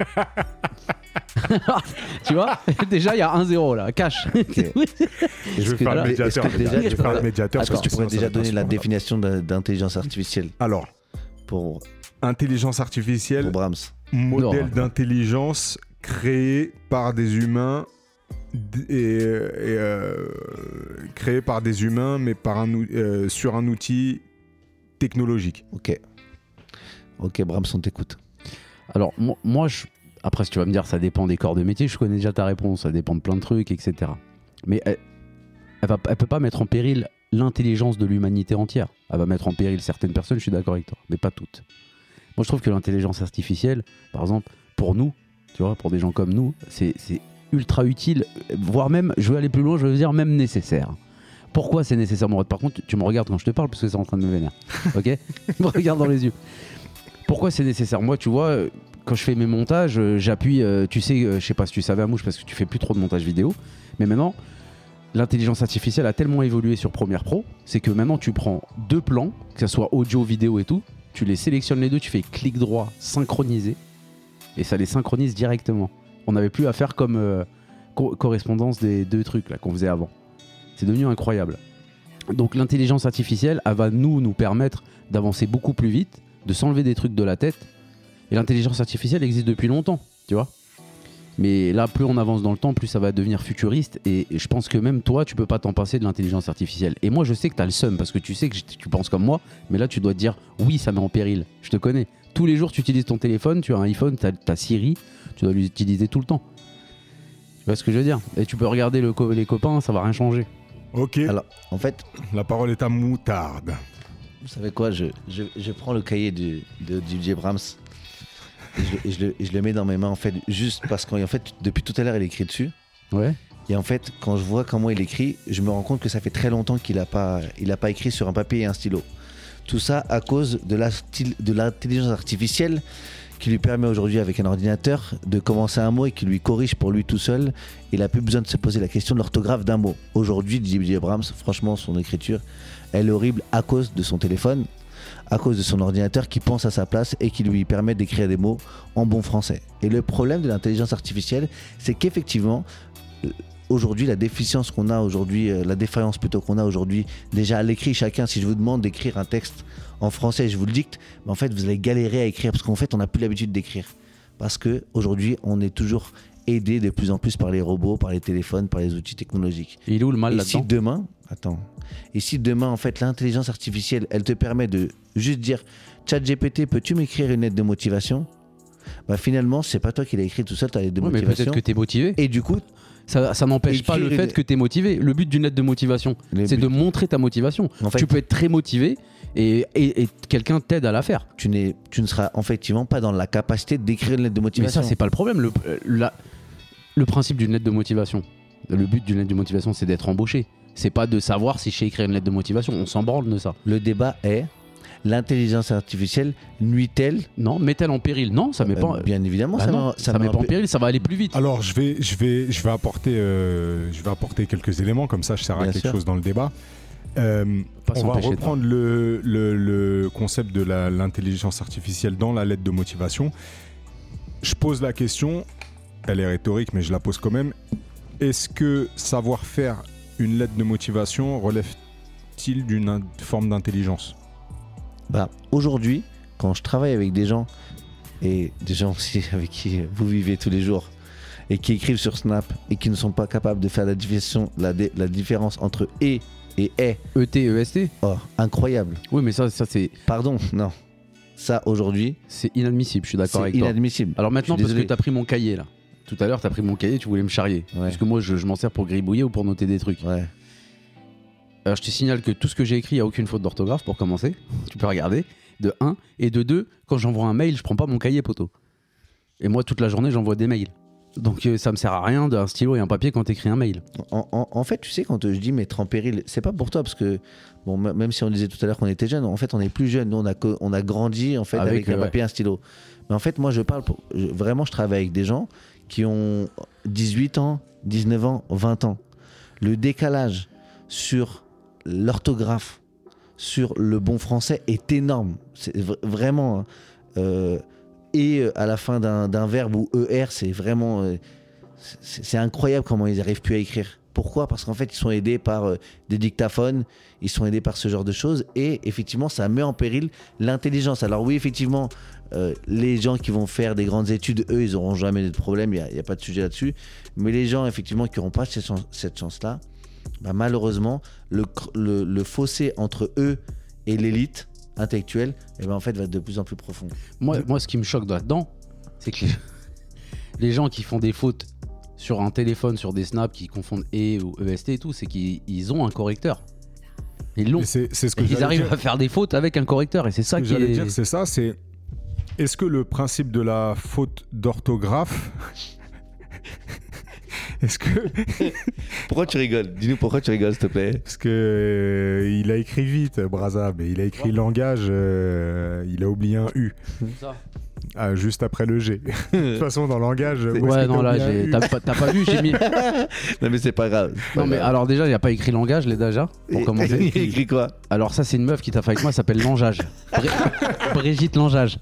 Tu vois, déjà il y a un zéro là, cash. Je Est-ce vais que- faire le est-ce médiateur. que les déjà gars, je tu vais faire pourrais- le médiateur. Est-ce parce que tu que pourrais sinon, déjà ça va donner pas la se définition d'in- d'intelligence artificielle Alors, pour, intelligence pour artificielle, Brahms? modèle Non. d'intelligence créé par des humains d- et, et, euh, créé par des humains, mais par un, ou- euh, sur un outil technologique. Ok. Ok, Brahms, on t'écoute. Alors moi, moi, je... après si tu vas me dire ça dépend des corps de métier, je connais déjà ta réponse, ça dépend de plein de trucs, et cetera. Mais elle, elle, va, elle peut pas mettre en péril l'intelligence de l'humanité entière. Elle va mettre en péril certaines personnes, je suis d'accord avec toi, mais pas toutes. Moi je trouve que l'intelligence artificielle, par exemple, pour nous, tu vois, pour des gens comme nous, c'est c'est ultra utile, voire même, je veux aller plus loin, je veux dire même nécessaire. Pourquoi c'est nécessaire, Mourad? Par contre, tu, tu me regardes quand je te parle parce que c'est en train de me vénérer. Ok? Tu me regardes dans les yeux. Pourquoi c'est nécessaire? Moi, tu vois, euh, quand je fais mes montages, euh, j'appuie, euh, tu sais, euh, je sais pas si tu savais à Mouche parce que tu fais plus trop de montage vidéo, mais maintenant, l'intelligence artificielle a tellement évolué sur Premiere Pro, c'est que maintenant tu prends deux plans, que ce soit audio, vidéo et tout, tu les sélectionnes les deux, tu fais clic droit, synchroniser, et ça les synchronise directement. On n'avait plus à faire comme euh, co- correspondance des deux trucs là qu'on faisait avant. C'est devenu incroyable. Donc l'intelligence artificielle, elle va nous, nous permettre d'avancer beaucoup plus vite, de s'enlever des trucs de la tête. Et l'intelligence artificielle existe depuis longtemps, tu vois. Mais là, plus on avance dans le temps, plus ça va devenir futuriste. Et et je pense que même toi, tu peux pas t'en passer de l'intelligence artificielle. Et moi, je sais que tu as le seum, parce que tu sais que j- tu penses comme moi. Mais là, tu dois te dire, oui, ça met en péril. Je te connais. Tous les jours, tu utilises ton téléphone, tu as un iPhone, tu as Siri, tu dois l'utiliser tout le temps. Tu vois ce que je veux dire? Et tu peux regarder le co- les copains, ça va rien changer. Ok, Alors, en fait, la parole est à Moutarde. Vous savez quoi, je, je, je prends le cahier du, de D J Brahms et je, et, je le, et je le mets dans mes mains en fait, juste parce qu'en fait, depuis tout à l'heure, il écrit dessus. Ouais. Et en fait, quand je vois comment il écrit, je me rends compte que ça fait très longtemps qu'il n'a pas, il a pas écrit sur un papier et un stylo. Tout ça à cause de, la, de l'intelligence artificielle qui lui permet aujourd'hui avec un ordinateur de commencer un mot et qui lui corrige pour lui tout seul. Il n'a plus besoin de se poser la question de l'orthographe d'un mot. Aujourd'hui, D J Brahms, franchement, son écriture, elle est horrible à cause de son téléphone, à cause de son ordinateur qui pense à sa place et qui lui permet d'écrire des mots en bon français. Et le problème de l'intelligence artificielle, c'est qu'effectivement, aujourd'hui, la déficience qu'on a aujourd'hui, la défaillance plutôt qu'on a aujourd'hui, déjà à l'écrit, chacun, si je vous demande d'écrire un texte en français, je vous le dicte, mais en fait, vous allez galérer à écrire parce qu'en fait, on n'a plus l'habitude d'écrire. Parce qu'aujourd'hui, on est toujours aidé de plus en plus par les robots, par les téléphones, par les outils technologiques. Et il est où le mal Et là-dedans si demain, attends, et si demain, en fait, l'intelligence artificielle, elle te permet de juste dire ChatGPT, peux-tu m'écrire une lettre de motivation ? Bah finalement, c'est pas toi qui l'as écrit tout seul, tu as les lettres de Ouais, mais motivation. peut-être que t'es motivé. Et du coup, Ça, ça n'empêche pas le Écrire fait une- que t'es motivé. Le but d'une lettre de motivation, Le c'est but- de montrer ta motivation. En fait- Tu peux être très motivé et, et, et quelqu'un t'aide à la faire. tu, n'es, tu ne seras effectivement pas dans la capacité d'écrire une lettre de Mais motivation. ça, c'est pas le problème. Le, euh, la- le principe d'une lettre de motivation, le but d'une lettre de motivation, c'est d'être embauché. C'est pas de savoir si je sais écrire une lettre de motivation. On s'en branle de ça. Le débat est, l'intelligence artificielle nuit-elle ? Non, met-elle en péril? Non, ça met Euh, pas. Bien évidemment, Bah ça, non, met, ça, met pas en péril. Ça va aller plus vite. Alors, je vais, je vais, je vais apporter, euh, je vais apporter quelques éléments comme ça, je sers à Bien quelque sûr. chose dans le débat. Euh, Pas on va s'empêcher de reprendre le, le, le concept de la- l'intelligence artificielle dans la lettre de motivation. Je pose la question, elle est rhétorique, mais je la pose quand même. Est-ce que savoir faire une lettre de motivation relève-t-il d'une in- forme d'intelligence ? Bah, aujourd'hui, quand je travaille avec des gens, et des gens aussi avec qui vous vivez tous les jours, et qui écrivent sur Snap, et qui ne sont pas capables de faire la, division, la, dé- la différence entre « et » et « est E T, E S T. », oh, incroyable. Oui, mais ça, ça c'est Pardon, non. Ça, aujourd'hui, c'est inadmissible. Je suis d'accord c'est avec toi. inadmissible. Alors maintenant, Je suis parce que désolé. tu as pris mon cahier là. Tout à l'heure, tu as pris mon cahier, tu voulais me charrier. Ouais. Parce que moi, je, je m'en sers pour gribouiller ou pour noter des trucs. Ouais. Alors, je te signale que tout ce que j'ai écrit, il n'y a aucune faute d'orthographe pour commencer. Tu peux regarder. De un. Et de deux, quand j'envoie un mail, je prends pas mon cahier, poteau. Et moi, toute la journée, j'envoie des mails. Donc, euh, ça me sert à rien d'un stylo et un papier quand tu écris un mail. En, en- en fait, tu sais, quand je dis mettre en péril, c'est pas pour toi, parce que, bon, m- même si on disait tout à l'heure qu'on était jeune, en fait, on est plus jeune. Nous, on a, co- on a grandi en fait, Avec, avec, euh, un papier et un stylo. Mais en fait, moi, je parle, pour, je- vraiment, je travaille avec des gens qui ont dix-huit ans, dix-neuf ans, vingt ans. Le décalage sur l'orthographe, sur le bon français est énorme. C'est v- vraiment. hein. Euh, et euh, à la fin d'un d'un verbe ou E R, c'est vraiment. euh, c'est c'est incroyable comment ils n'arrivent plus à écrire. Pourquoi ? Parce qu'en fait, ils sont aidés par euh, des dictaphones, ils sont aidés par ce genre de choses, et effectivement, ça met en péril l'intelligence. Alors oui, effectivement, euh, les gens qui vont faire des grandes études, eux, ils n'auront jamais de problème, il n'y a, a pas de sujet là-dessus. Mais les gens, effectivement, qui n'auront pas cette, chance- cette chance-là, bah, malheureusement, le, cr- le, le fossé entre eux et l'élite intellectuelle, eh ben, en fait, va être de plus en plus profond. Moi, moi ce qui me choque là-dedans, c'est que les, les gens qui font des fautes sur un téléphone, sur des snaps, qui confondent E ou E S T et tout, c'est qu'ils ils ont un correcteur. Ils l'ont. Et C'est c'est ce que Et ils j'allais arrivent dire. à faire des fautes avec un correcteur. Et c'est ça Ce que qui j'allais est. dire, c'est ça, c'est est-ce que le principe de la faute d'orthographe, est-ce que Pourquoi tu rigoles ? Dis-nous pourquoi tu rigoles, s'il te plaît. parce que euh, il a écrit vite, Braza, mais il a écrit langage, euh, il a oublié un U Ça. ah, juste après le G. De toute façon, dans langage, où est-ce que Ouais, t'as non, là, oublié un j'ai- U t'as pas, t'as pas vu, j'ai mis. Non, mais c'est pas grave. c'est pas Non, mais grave. alors, déjà, il n'y a pas écrit langage, les déjà, pour Et- commencer. Il écrit quoi ? Alors, ça, c'est une meuf qui t'a fait avec moi, elle s'appelle Langeage. Bré- Brigitte Langeage.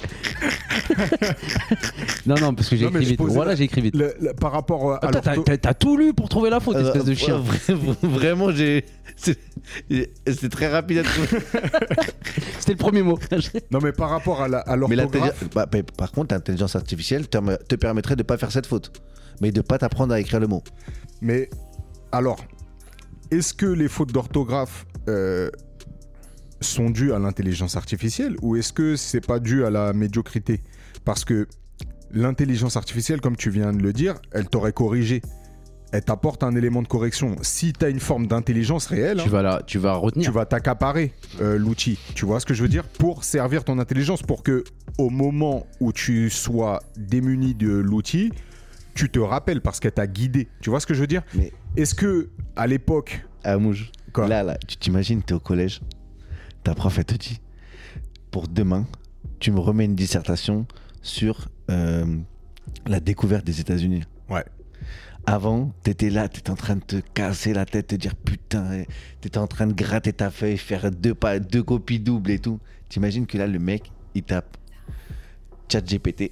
non, non, parce que j'ai Non, mais écrit je vite. posais Voilà, la- j'ai écrit vite. Le- le- par rapport à Attends, t'as- l'ortho- t'as t'as tout lu pour trouver la faute, espèce de Euh, chien. vra- Vraiment, j'ai. C'est c'est très rapide à trouver. C'était le premier mot. Non, mais par rapport à la- à Mais l'orthographe, l'intelligence- bah, bah, par contre, l'intelligence artificielle te, te permettrait de pas faire cette faute, mais de pas t'apprendre à écrire le mot. mais alors, est-ce que les fautes d'orthographe euh, sont dues à l'intelligence artificielle ou est-ce que c'est pas dû à la médiocrité ? Parce que l'intelligence artificielle, comme tu viens de le dire, elle t'aurait corrigé. elle t'apporte un élément de correction. Si tu as une forme d'intelligence réelle, Tu hein, vas la, tu vas retenir. tu vas t'accaparer euh, l'outil. Tu vois ce que je veux dire? Pour servir ton intelligence, pour que au moment où tu sois démuni de l'outil, tu te rappelles parce qu'elle t'a guidé. Tu vois ce que je veux dire? Mais Est-ce que à l'époque, ah, mouche. Quoi? Là, là, tu t'imagines, t'es au collège, ta prof, elle te dit, pour demain, tu me remets une dissertation sur euh, la découverte des États-Unis. ouais, Avant, t'étais là, t'étais en train de te casser la tête, te dire putain, t'étais en train de gratter ta feuille, faire deux, pas, deux copies doubles et tout. T'imagines que là, le mec, il tape ChatGPT.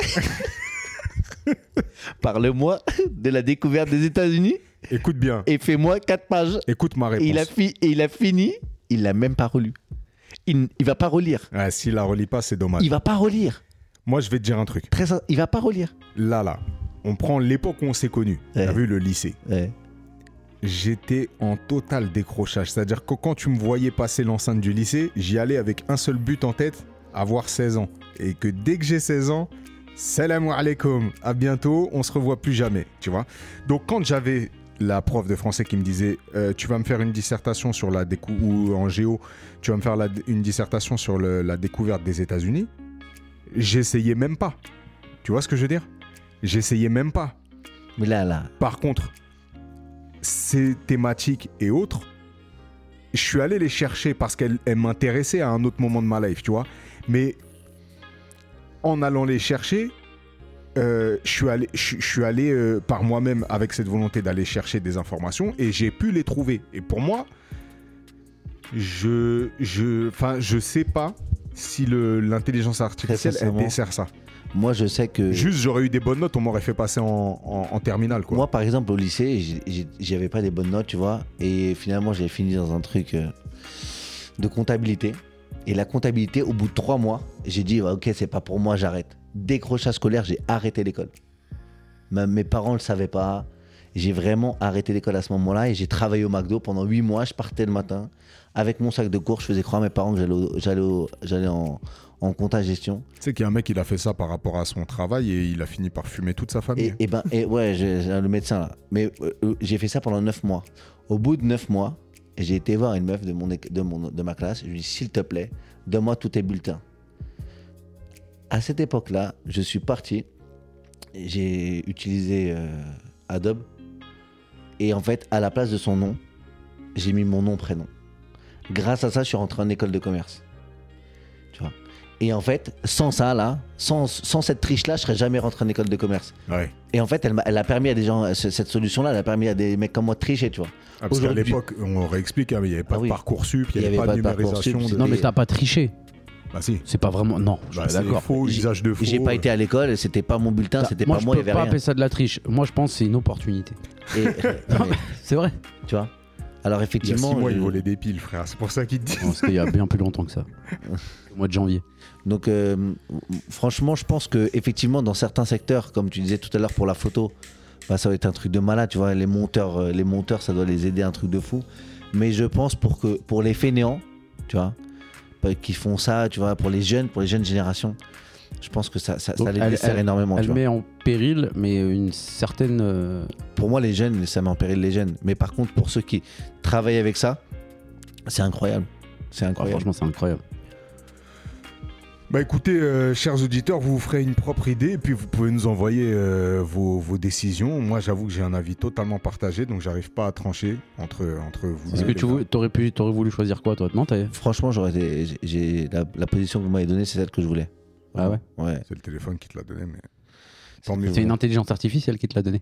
Parle-moi de la découverte des États-Unis écoute bien, et fais-moi quatre pages. écoute ma Et réponse. il a, fi- et il a fini, il l'a même pas relu. Il, il va pas relire. Ah, s'il la relit pas, c'est dommage. Il va pas relire. Moi, je vais te dire un truc. Très, sin- il va pas relire. Là, là, on prend l'époque où on s'est connus. Ouais. T'as vu le lycée? Ouais. J'étais en total décrochage. C'est-à-dire que quand tu me voyais passer l'enceinte du lycée, j'y allais avec un seul but en tête, avoir seize ans. Et que dès que j'ai seize ans, salam alaikum, à bientôt, on se revoit plus jamais, tu vois. Donc quand j'avais la prof de français qui me disait euh, tu vas me faire une dissertation sur la décou ou en géo, tu vas me faire la- une dissertation sur le- la découverte des États-Unis, j'essayais même pas. Tu vois ce que je veux dire? J'essayais même pas. Mais là, là, Par contre, ces thématiques et autres, je suis allé les chercher parce qu'elles elles m'intéressaient à un autre moment de ma life, tu vois. Mais en allant les chercher, euh, je suis allé, je, je suis allé euh, par moi-même avec cette volonté d'aller chercher des informations et j'ai pu les trouver. Et pour moi, je, je, enfin, je sais pas si le- l'intelligence artificielle elle sincèrement, dessert ça. moi je sais que. Juste, j'aurais eu des bonnes notes, on m'aurait fait passer en, en, en terminale, quoi. Moi, par exemple, au lycée, j'ai- j'ai- j'avais pas des bonnes notes, tu vois. Et finalement, j'ai fini dans un truc euh, de comptabilité. Et la comptabilité, au bout de trois mois, j'ai dit, ouais, ok, c'est pas pour moi, j'arrête. Décrochage scolaire, j'ai arrêté l'école. Même mes parents le savaient pas. J'ai vraiment arrêté l'école à ce moment-là et j'ai travaillé au McDo pendant huit mois. Je partais le matin avec mon sac de cours. Je faisais croire à mes parents que j'allais au- j'allais au- j'allais en, en compta gestion. Tu sais qu'il y a un mec, il a fait ça par rapport à son travail et il a fini par fumer toute sa famille. Et, et ben, et ouais, j'ai j'ai le médecin là. Mais euh, euh, j'ai fait ça pendant neuf mois. Au bout de neuf mois, j'ai été voir une meuf de, mon, éc- de, mon, de ma classe. Je lui ai dit, s'il te plaît, donne-moi tous tes bulletins. À cette époque-là, je suis parti. J'ai utilisé euh, Adobe. Et en fait, à la place de son nom, j'ai mis mon nom, prénom. Grâce à ça, je suis rentré en école de commerce. Tu vois. Et en fait, sans ça, là, sans, sans cette triche-là, je serais jamais rentré en école de commerce. Ouais. Et en fait, elle, m'a- elle a permis à des gens, ce- cette solution-là, elle a permis à des mecs comme moi de tricher, tu vois. Ah, parce qu'à Aujourd'hui- l'époque, on réexplique, hein, mais il n'y avait pas Ah oui. de Parcoursup, il Il n'y y avait, avait pas de pas de numérisation. Parcoursup, De... Non, mais t'as pas triché. Bah si. C'est pas vraiment. Non, je Bah, suis c'est d'accord. faux, J'ai- usage de faux. J'ai pas été à l'école, c'était pas mon bulletin, c'était moi, pas je moi, il peux y avait pas rien. appeler ça de la triche. Moi, je pense que c'est une opportunité. Et- non, mais, C'est vrai. tu vois. Alors Il y a effectivement, six mois, je- il volait des piles, frère. C'est pour ça qu'il te dit. Non, c'était il y a bien plus longtemps que ça. Au mois de janvier. donc euh, franchement, je pense que effectivement, dans certains secteurs, comme tu disais tout à l'heure pour la photo, bah, ça va être un truc de malade, tu vois. Les monteurs, euh, les monteurs, ça doit les aider un truc de fou. Mais je pense pour que pour les fainéants, tu vois, bah, qui font ça, tu vois, pour les jeunes, pour les jeunes générations, je pense que ça, ça, ça Donc, les elle- dessert elle- énormément. tu Elle vois. met en péril, mais une certaine. euh, Pour moi, les jeunes, ça met en péril les jeunes. Mais par contre, pour ceux qui travaillent avec ça, c'est incroyable. C'est ah, incroyable. franchement, c'est incroyable. Bah écoutez, euh, chers auditeurs, vous vous ferez une propre idée et puis vous pouvez nous envoyer euh, vos, vos décisions. Moi, j'avoue que j'ai un avis totalement partagé, donc j'arrive pas à trancher entre, entre vous. Est-ce deux, que tu les vou- t'aurais pu, t'aurais voulu choisir quoi, toi? Non, t'as. Franchement, j'aurais été- j'ai- j'ai la, la position que vous m'avez donnée, c'est celle que je voulais. Ah ouais. Ouais. gars. C'est le téléphone qui te l'a donné, mais tant mieux. C'est une intelligence artificielle qui te l'a donné.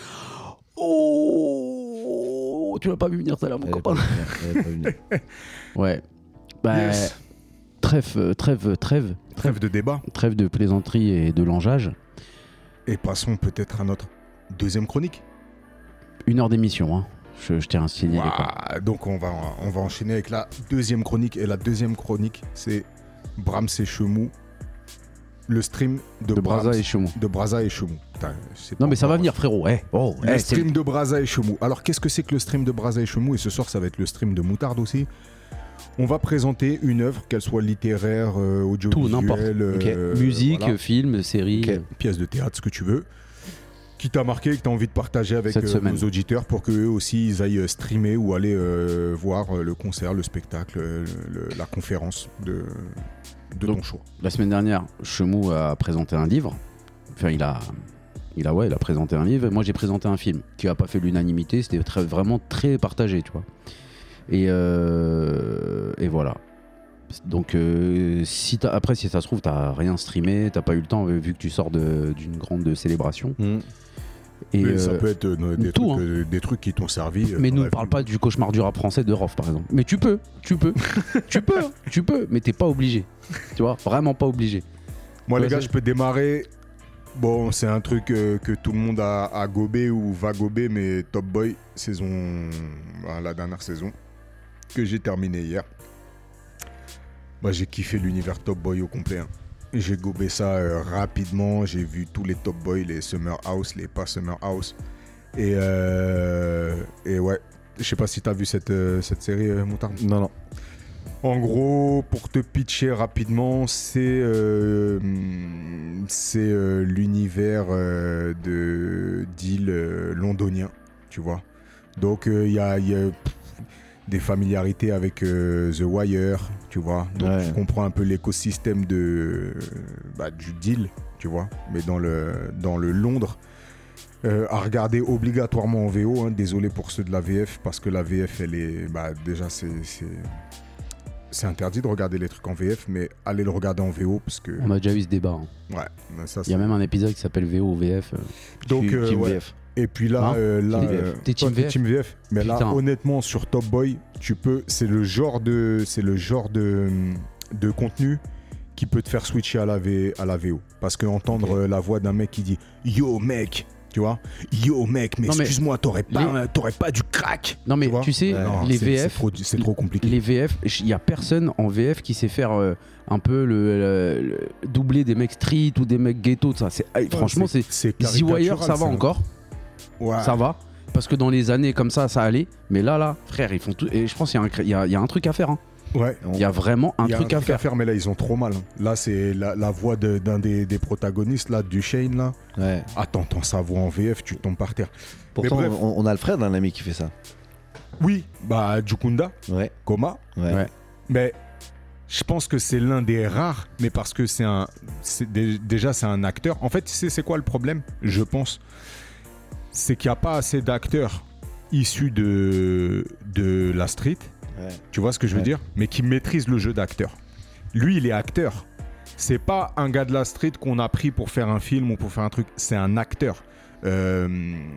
Oh, tu l'as pas vu venir ça là, mon Elle est copain. pas venue, elle est pas venue. Ouais. Bah, Yes. trêve, euh, trêve, trêve, Trêve de débat. trêve de plaisanterie et de langeage. Et passons peut-être à notre deuxième chronique. Une heure d'émission, hein. Je, je tiens à signaler. quoi. Ouah, donc on va, on va enchaîner avec la deuxième chronique. Et la deuxième chronique, c'est Brahms et Chemou. Le stream de, De Brahms, Braza et Chemou. de Braza et Chemou. Putain, c'est Non, pas mais ça va encore- venir, frérot. Eh, oh, Le eh, c'est- stream de Braza et Chemou. Alors, qu'est-ce que c'est que le stream de Braza et Chemou? Et ce soir, ça va être le stream de Moutarde aussi. On va présenter une œuvre, qu'elle soit littéraire, euh, audiovisuelle, Tout, n'importe. euh, Ok. Musique, voilà, film, série. Ok. pièce de théâtre, ce que tu veux, qui t'a marqué, que tu as envie de partager avec Cette euh, semaine. nos auditeurs pour qu'eux aussi ils aillent euh, streamer ou aller euh, voir euh, le concert, le spectacle, euh, le- la conférence de, de Donc, ton choix. La semaine dernière, Chemou a présenté un livre. Enfin, il a, il a, ouais, il a présenté un livre. Et moi, j'ai présenté un film qui n'a pas fait l'unanimité. C'était très, vraiment très partagé, tu vois. Et, euh, et voilà. Donc, euh, si t'as- après, si ça se trouve, t'as rien streamé, t'as pas eu le temps, vu que tu sors de- d'une grande célébration. Mm. Et, Mais ça euh, peut être euh, des, tout, trucs, hein. euh, des trucs qui t'ont servi. euh, mais dans nous la ne parle vie. pas du cauchemar du rap français de Rof, par exemple. Mais tu peux, tu peux, tu peux, hein, tu peux, mais t'es pas obligé. Tu vois, vraiment pas obligé. Moi, les Ouais, gars, c'est- je peux démarrer. Bon, c'est un truc euh, que tout le monde a, a gobé ou va gober, mais Top Boy, saison. bah, la dernière saison, que j'ai terminé hier. Bah, j'ai kiffé l'univers Top Boy au complet. hein. J'ai gobé ça euh, rapidement. J'ai vu tous les Top Boy, les Summer House, les pas Summer House. Et, euh, et ouais, je sais pas si t'as vu cette, euh, cette série, euh, Moutard. Non, non. En gros, pour te pitcher rapidement, c'est euh, c'est euh, l'univers euh, de d'îles euh, londoniens, tu vois. Donc il y a, y a, pff, des familiarités avec euh, The Wire, tu vois. Donc Ouais. tu comprends un peu l'écosystème de bah, du deal, tu vois. Mais dans le dans le Londres. Euh, à regarder obligatoirement en V O, hein. Désolé pour ceux de la V F, parce que la V F, elle est. Bah, déjà, c'est. c'est- C'est interdit de regarder les trucs en V F, mais allez le regarder en V O parce que. On a déjà eu ce débat. hein. Ouais, mais ça Il y a c'est. même un épisode qui s'appelle V O ou V F. euh. Donc, Je suis euh, Team ouais. V F. Et puis là, Hein euh, là Team euh, V F. T'es toi, Team t'es V F? Team V F. Mais là, Putain. honnêtement, sur Top Boy, tu peux. C'est le genre de, c'est le genre de, de contenu qui peut te faire switcher à la V, à la V O. Parce que entendre Ok. euh, la voix d'un mec qui dit Yo mec, tu vois, Yo mec, mais Non, mais excuse-moi, t'aurais pas, les- euh, t'aurais pas du crack. Non, mais Tu vois tu sais, Ouais. Non, les c'est- V c'est F, trop, c'est trop compliqué. les V F, il y a personne en V F qui sait faire euh, un peu le, le- le- doubler des mecs street ou des mecs ghetto, tout ça. C'est, ah, franchement, c'est c'est The Wire, ça va caricatural, encore, Ouais. ça va, parce que dans les années comme ça, ça allait. Mais là, là, frère, ils font tout. Et je pense qu'il y a un, cré- il y a, il y a un truc à faire. hein. Ouais. Il y a vraiment un Il y a truc à faire. mais là ils ont trop mal. hein. Là c'est la, la voix de- d'un des, des protagonistes là, du Shane là. Ouais. Ah, t'entends sa voix en V F, tu tombes par terre. Pourtant, bref. on, on a le frère d'un ami qui fait ça. Oui, bah Jukunda, Ouais. Koma, Ouais. Ouais. mais je pense que c'est l'un des rares, mais parce que c'est un, c'est dé- déjà c'est un acteur. En fait, tu sais c'est quoi le problème? Je pense, c'est qu'il n'y a pas assez d'acteurs issus de de la street. Ouais. Tu vois ce que je veux Ouais. dire? Mais qui maîtrise le jeu d'acteur. Lui, il est acteur. C'est pas un gars de la street qu'on a pris pour faire un film ou pour faire un truc. C'est un acteur. Euh,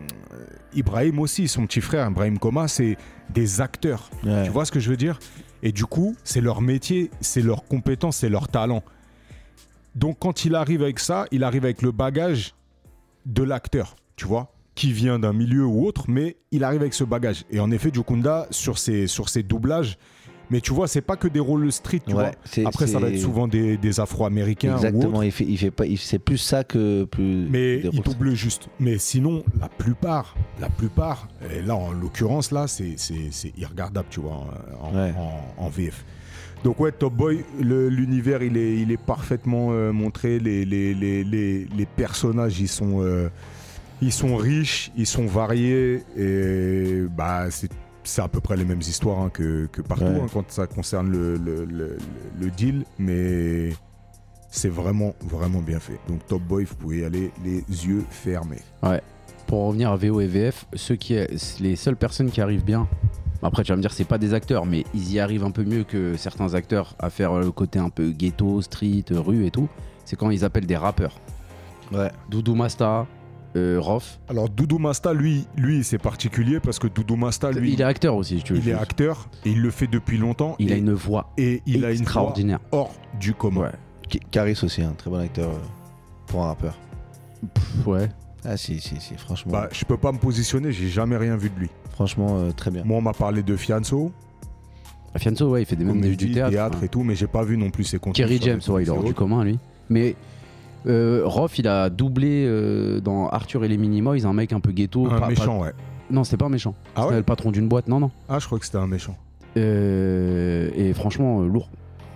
Ibrahim aussi, son petit frère, Ibrahim Koma, c'est des acteurs. Ouais. Tu vois ce que je veux dire? Et du coup, c'est leur métier, c'est leur compétence, c'est leur talent. Donc quand il arrive avec ça, il arrive avec le bagage de l'acteur, tu vois, qui vient d'un milieu ou autre, mais il arrive avec ce bagage. Et en effet, Jukunda, sur ses, sur ses doublages, mais tu vois, c'est pas que des rôles street, tu Ouais, vois. c'est- Après, ça va c'est- être souvent des, des Afro-Américains ou Exactement, autres, il fait, il fait pas, il- c'est plus ça que plus. mais des il rôles. double juste. Mais sinon, la plupart, la plupart, et là, en l'occurrence, là, c'est, c'est, c'est irregardable, tu vois, en, Ouais. en- en V F. Donc ouais, Top Boy, le- l'univers, il est, il est parfaitement euh, montré. Les, les, les, les, les personnages, ils sont, euh, ils sont riches, ils sont variés. Et bah, c'est, c'est à peu près les mêmes histoires hein, que, que partout Ouais. hein, quand ça concerne le, le, le, le deal. Mais c'est vraiment, vraiment bien fait. Donc Top Boy, vous pouvez y aller les yeux fermés. Pour revenir à V O et V F, ceux qui, les seules personnes qui arrivent bien. Après, tu vas me dire, c'est pas des acteurs, mais ils y arrivent un peu mieux que certains acteurs à faire le côté un peu ghetto, street, rue et tout. C'est quand ils appellent des rappeurs. Ouais. Doudou Masta, euh, Rof. Alors Doudou Masta, lui, lui c'est particulier parce que Doudou Masta, lui, il est acteur aussi, si tu veux. il est acteur et il le fait depuis longtemps. Il et, a une voix et il a une voix extraordinaire. hors du commun. Ouais. K- Caris aussi, un très bon acteur euh, pour un rappeur. Pff, ouais. Ah si, si, si, franchement. Bah, je peux pas me positionner, j'ai jamais rien vu de lui. Franchement, euh, très bien. Moi, on m'a parlé de Fianso, Fianso, ouais, il fait des même du, comédie, du théâtre. hein. et tout, mais j'ai pas vu non plus ses contenus. Kerry sur James, Netflix ouais, il est et hors du autres. commun, lui. Mais euh, Rof, il a doublé euh, dans Arthur et les Minimoys un mec un peu ghetto. Un pas- méchant, ouais. pas- Non, c'était pas un méchant. Ah C'était ouais le patron d'une boîte, non, non. Ah, je crois que c'était un méchant. Euh, et franchement, euh, lourd.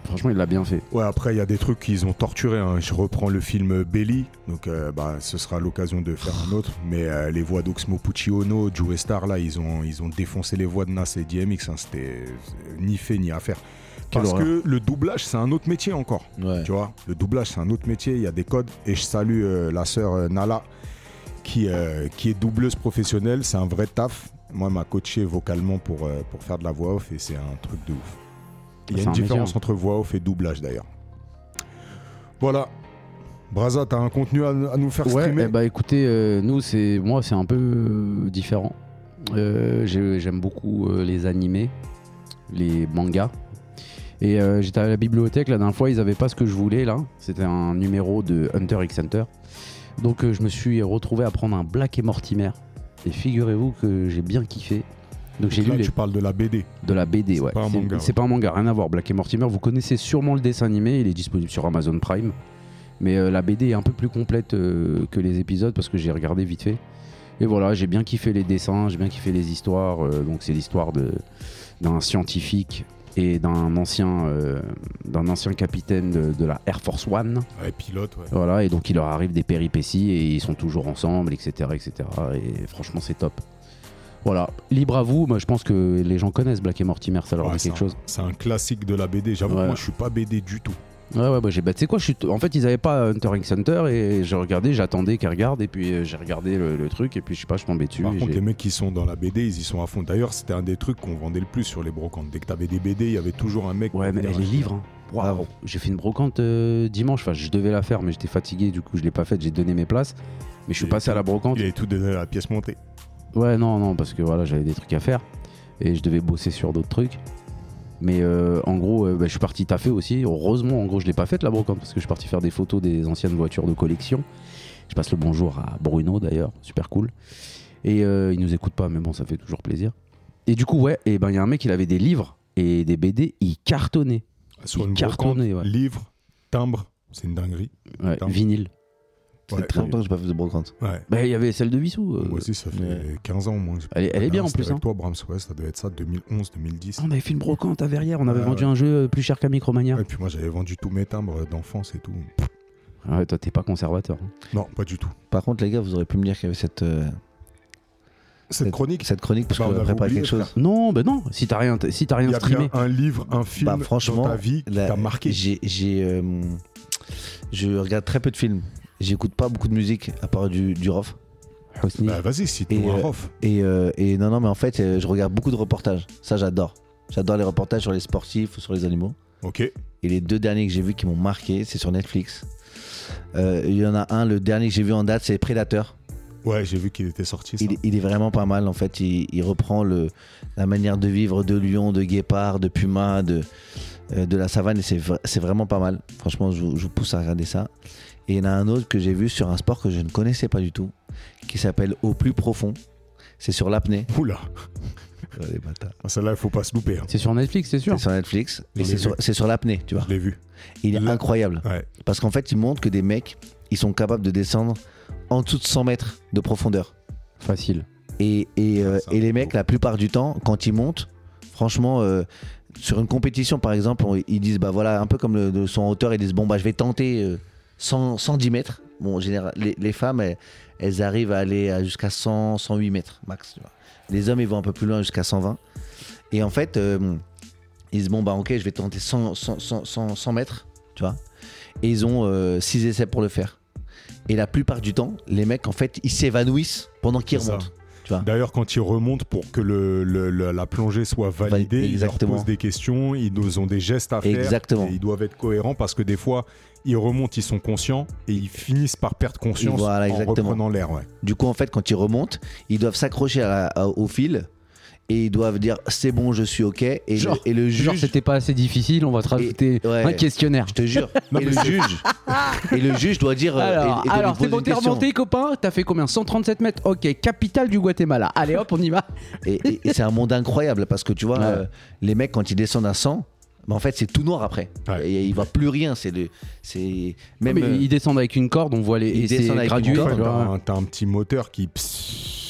Franchement, il l'a bien fait. Ouais, après, il y a des trucs qu'ils ont torturé. Hein. Je reprends le film Belly, donc euh, bah, ce sera l'occasion de faire un autre. Mais euh, les voix d'Oxmo Pucci-Ono, Joe Star, là, ils ont, ils ont défoncé les voix de Nas et D M X. Hein. C'était ni fait ni à faire. Quelle Parce horreur. que le doublage, c'est un autre métier encore. Ouais. Tu vois, le doublage, c'est un autre métier. Il y a des codes. Et je salue euh, la sœur euh, Nala, qui, euh, qui est doubleuse professionnelle. C'est un vrai taf. Moi, elle m'a coaché vocalement pour, euh, pour faire de la voix off et c'est un truc de ouf. Il y a C'est une un métier, différence hein. entre voix off et doublage d'ailleurs. Voilà. Braza, t'as un contenu à, à nous faire Ouais, streamer eh bah écoutez, euh, nous, c'est moi, c'est un peu euh, différent. Euh, j'ai- J'aime beaucoup euh, les animés, les mangas. Et euh, j'étais à la bibliothèque la dernière fois, ils avaient pas ce que je voulais là. C'était un numéro de Hunter x Hunter. Donc euh, je me suis retrouvé à prendre un Black et Mortimer. Et figurez-vous que j'ai bien kiffé. Donc j'ai Là, lu les... tu parles de la B D. de la B D, ouais. pas un C'est- manga, C'est ouais. pas un manga, rien à voir. Black et Mortimer, vous connaissez sûrement le dessin animé, il est disponible sur Amazon Prime. Mais euh, la B D est un peu plus complète euh, que les épisodes parce que j'ai regardé vite fait. Et voilà, j'ai bien kiffé les dessins, j'ai bien kiffé les histoires. euh, donc c'est l'histoire de- d'un scientifique et d'un ancien, euh, d'un ancien capitaine de, de la Air Force One. Ouais, pilote, ouais. Voilà, et donc il leur arrive des péripéties et ils sont toujours ensemble, et cetera, et cetera. Et franchement, c'est top. Voilà, libre à vous. Moi, je pense que les gens connaissent Black et Mortimer, ça leur Ouais, dit c'est quelque un- chose. C'est un classique de la B D. J'avoue Ouais. que moi, je suis pas B D du tout. Ouais, ouais, bah, j'ai bah, tu sais quoi, je suis t- en fait, ils avaient pas Hunter x Hunter et j'ai regardé, j'attendais qu'ils regardent et puis euh, j'ai regardé le, le truc et puis je sais pas, je suis tombé dessus. Par et contre, j'ai- les mecs qui sont dans la B D, ils y sont à fond. D'ailleurs, c'était un des trucs qu'on vendait le plus sur les brocantes. Dès que t'avais des B D, il y avait toujours un mec. Ouais, pour mais venir les acheter. livres, hein. Waouh. J'ai fait une brocante euh, dimanche, enfin, je devais la faire, mais j'étais fatigué, du coup, je l'ai pas faite, j'ai donné mes places. Mais je suis Et passé à la brocante. Il avait tout donné à la pièce montée. Ouais, non, non, parce que voilà, j'avais des trucs à faire et je devais bosser sur d'autres trucs. Mais euh, en gros, euh, bah, je suis parti taffer aussi. Heureusement, en gros, je l'ai pas faite la brocante parce que je suis parti faire des photos des anciennes voitures de collection. Je passe le bonjour à Bruno d'ailleurs, super cool. Et euh, il nous écoute pas, mais bon, ça fait toujours plaisir. Et du coup, ouais, et ben il y a un mec, il avait des livres et des B D, il cartonnait. Sur Il une brocante, cartonnait, ouais. livre, timbre, c'est une dinguerie. Ouais, Putain. vinyle. Ça Ouais. fait très longtemps que j'ai pas fait de brocante. Ouais. Bah, il y avait celle de Vissou. euh. Moi aussi, ça fait ouais. quinze ans, moi. Elle est- elle est bien, en C'était plus, Avec hein. toi, Brahms, ouais, ça doit être ça, deux mille onze, deux mille dix. On avait fait une brocante à Verrières, on avait Ouais, vendu ouais. un jeu euh, plus cher qu'à Micromania. Et puis moi, j'avais vendu tous mes timbres d'enfance et tout. Ah ouais, toi, t'es pas conservateur. hein. Non, pas du tout. Par contre, les gars, vous auriez pu me dire qu'il y avait cette, euh, Cette chronique, cette chronique parce Bah, qu'on on a avait préparé oublié, quelque chose. frère. Non, bah non, si t'as rien, si t'as il rien y a streamé. bien un livre, un film Bah, franchement, dans ta vie qui là, t'a marqué. J'ai, j'ai, euh, je regarde très peu de films. J'écoute pas beaucoup de musique à part du, du rof. Hosni. Bah, vas-y, Et, cite-nous un euh, rof. Et, euh, et non, non, mais en fait, euh, je regarde beaucoup de reportages. Ça, j'adore. J'adore les reportages sur les sportifs ou sur les animaux. Ok. Et les deux derniers que j'ai vus qui m'ont marqué, c'est sur Netflix. Euh, Il y en a un, le dernier que j'ai vu en date, c'est Predator. Ouais, j'ai vu qu'il était sorti. Ça. Il, est- il est vraiment pas mal en fait. Il, il reprend le, la manière de vivre de lion, de guépard, de puma, de, euh, de la savane et c'est, vra- c'est vraiment pas mal. Franchement, je vous, je vous pousse à regarder ça. Et il y en a un autre que j'ai vu sur un sport que je ne connaissais pas du tout, qui s'appelle Au plus profond. C'est sur l'apnée. Oula, Oh, les bâtards. ah, celle-là, il faut pas se louper. hein. C'est sur Netflix, c'est sûr. C'est sur Netflix. Je Et l'ai c'est vu. sur, c'est sur l'apnée, tu vois. Je l'ai vu. Il est Là- incroyable. Ouais. Parce qu'en fait, il montre que des mecs, ils sont capables de descendre en dessous de cent mètres de profondeur. Facile. Et, et, euh, Ah, c'est un et les peu mecs, beau. la plupart du temps, quand ils montent, franchement, euh, sur une compétition par exemple, on- ils disent, bah voilà, un peu comme le, de son hauteur, ils disent, bon, bah je vais tenter euh, cent, cent dix mètres. Bon, en général, les, les femmes, elles, elles arrivent à aller à jusqu'à cent, cent huit mètres max. Tu vois. Les hommes, ils vont un peu plus loin, jusqu'à cent vingt. Et en fait, euh, ils disent, bon, bah ok, je vais tenter cent, cent, cent, cent, cent mètres, tu vois. Et ils ont six essais pour le faire. Et la plupart du temps, les mecs, en fait, ils s'évanouissent pendant qu'ils C'est ça. remontent. Tu vois. D'ailleurs, quand ils remontent pour que le, le- le- la plongée soit validée, ils leur Exactement. posent des questions, ils nous ont des gestes à faire. Exactement. Et ils doivent être cohérents parce que des fois, ils remontent, ils sont conscients et ils finissent par perdre conscience Voilà, en exactement. reprenant l'air. Ouais. Du coup, en fait, quand ils remontent, ils doivent s'accrocher à la- à- au fil et ils doivent dire c'est bon, je suis ok. Et, Genre- le, et le Genre, juge, c'était pas assez difficile, on va te rajouter ouais. un questionnaire. je te jure, Non, et, mais le c'est- juge, et le juge doit dire. euh, Alors, et- et de lui alors poser c'est bon, une t'es question. remonté, copain. T'as fait combien cent trente-sept mètres. Ok, capitale du Guatemala. Allez hop, on y va. Et, et- et c'est un monde incroyable parce que tu vois, Ouais. euh, les mecs, quand ils descendent à cent, bah, en fait, c'est tout noir après. Ouais. Et ils voient plus rien. C'est le, c'est même. Mais euh, ils descendent avec une corde, on voit les. ils Et c'est descendent avec une gradué. corde, tu T'as vois. un, t'as un petit moteur qui,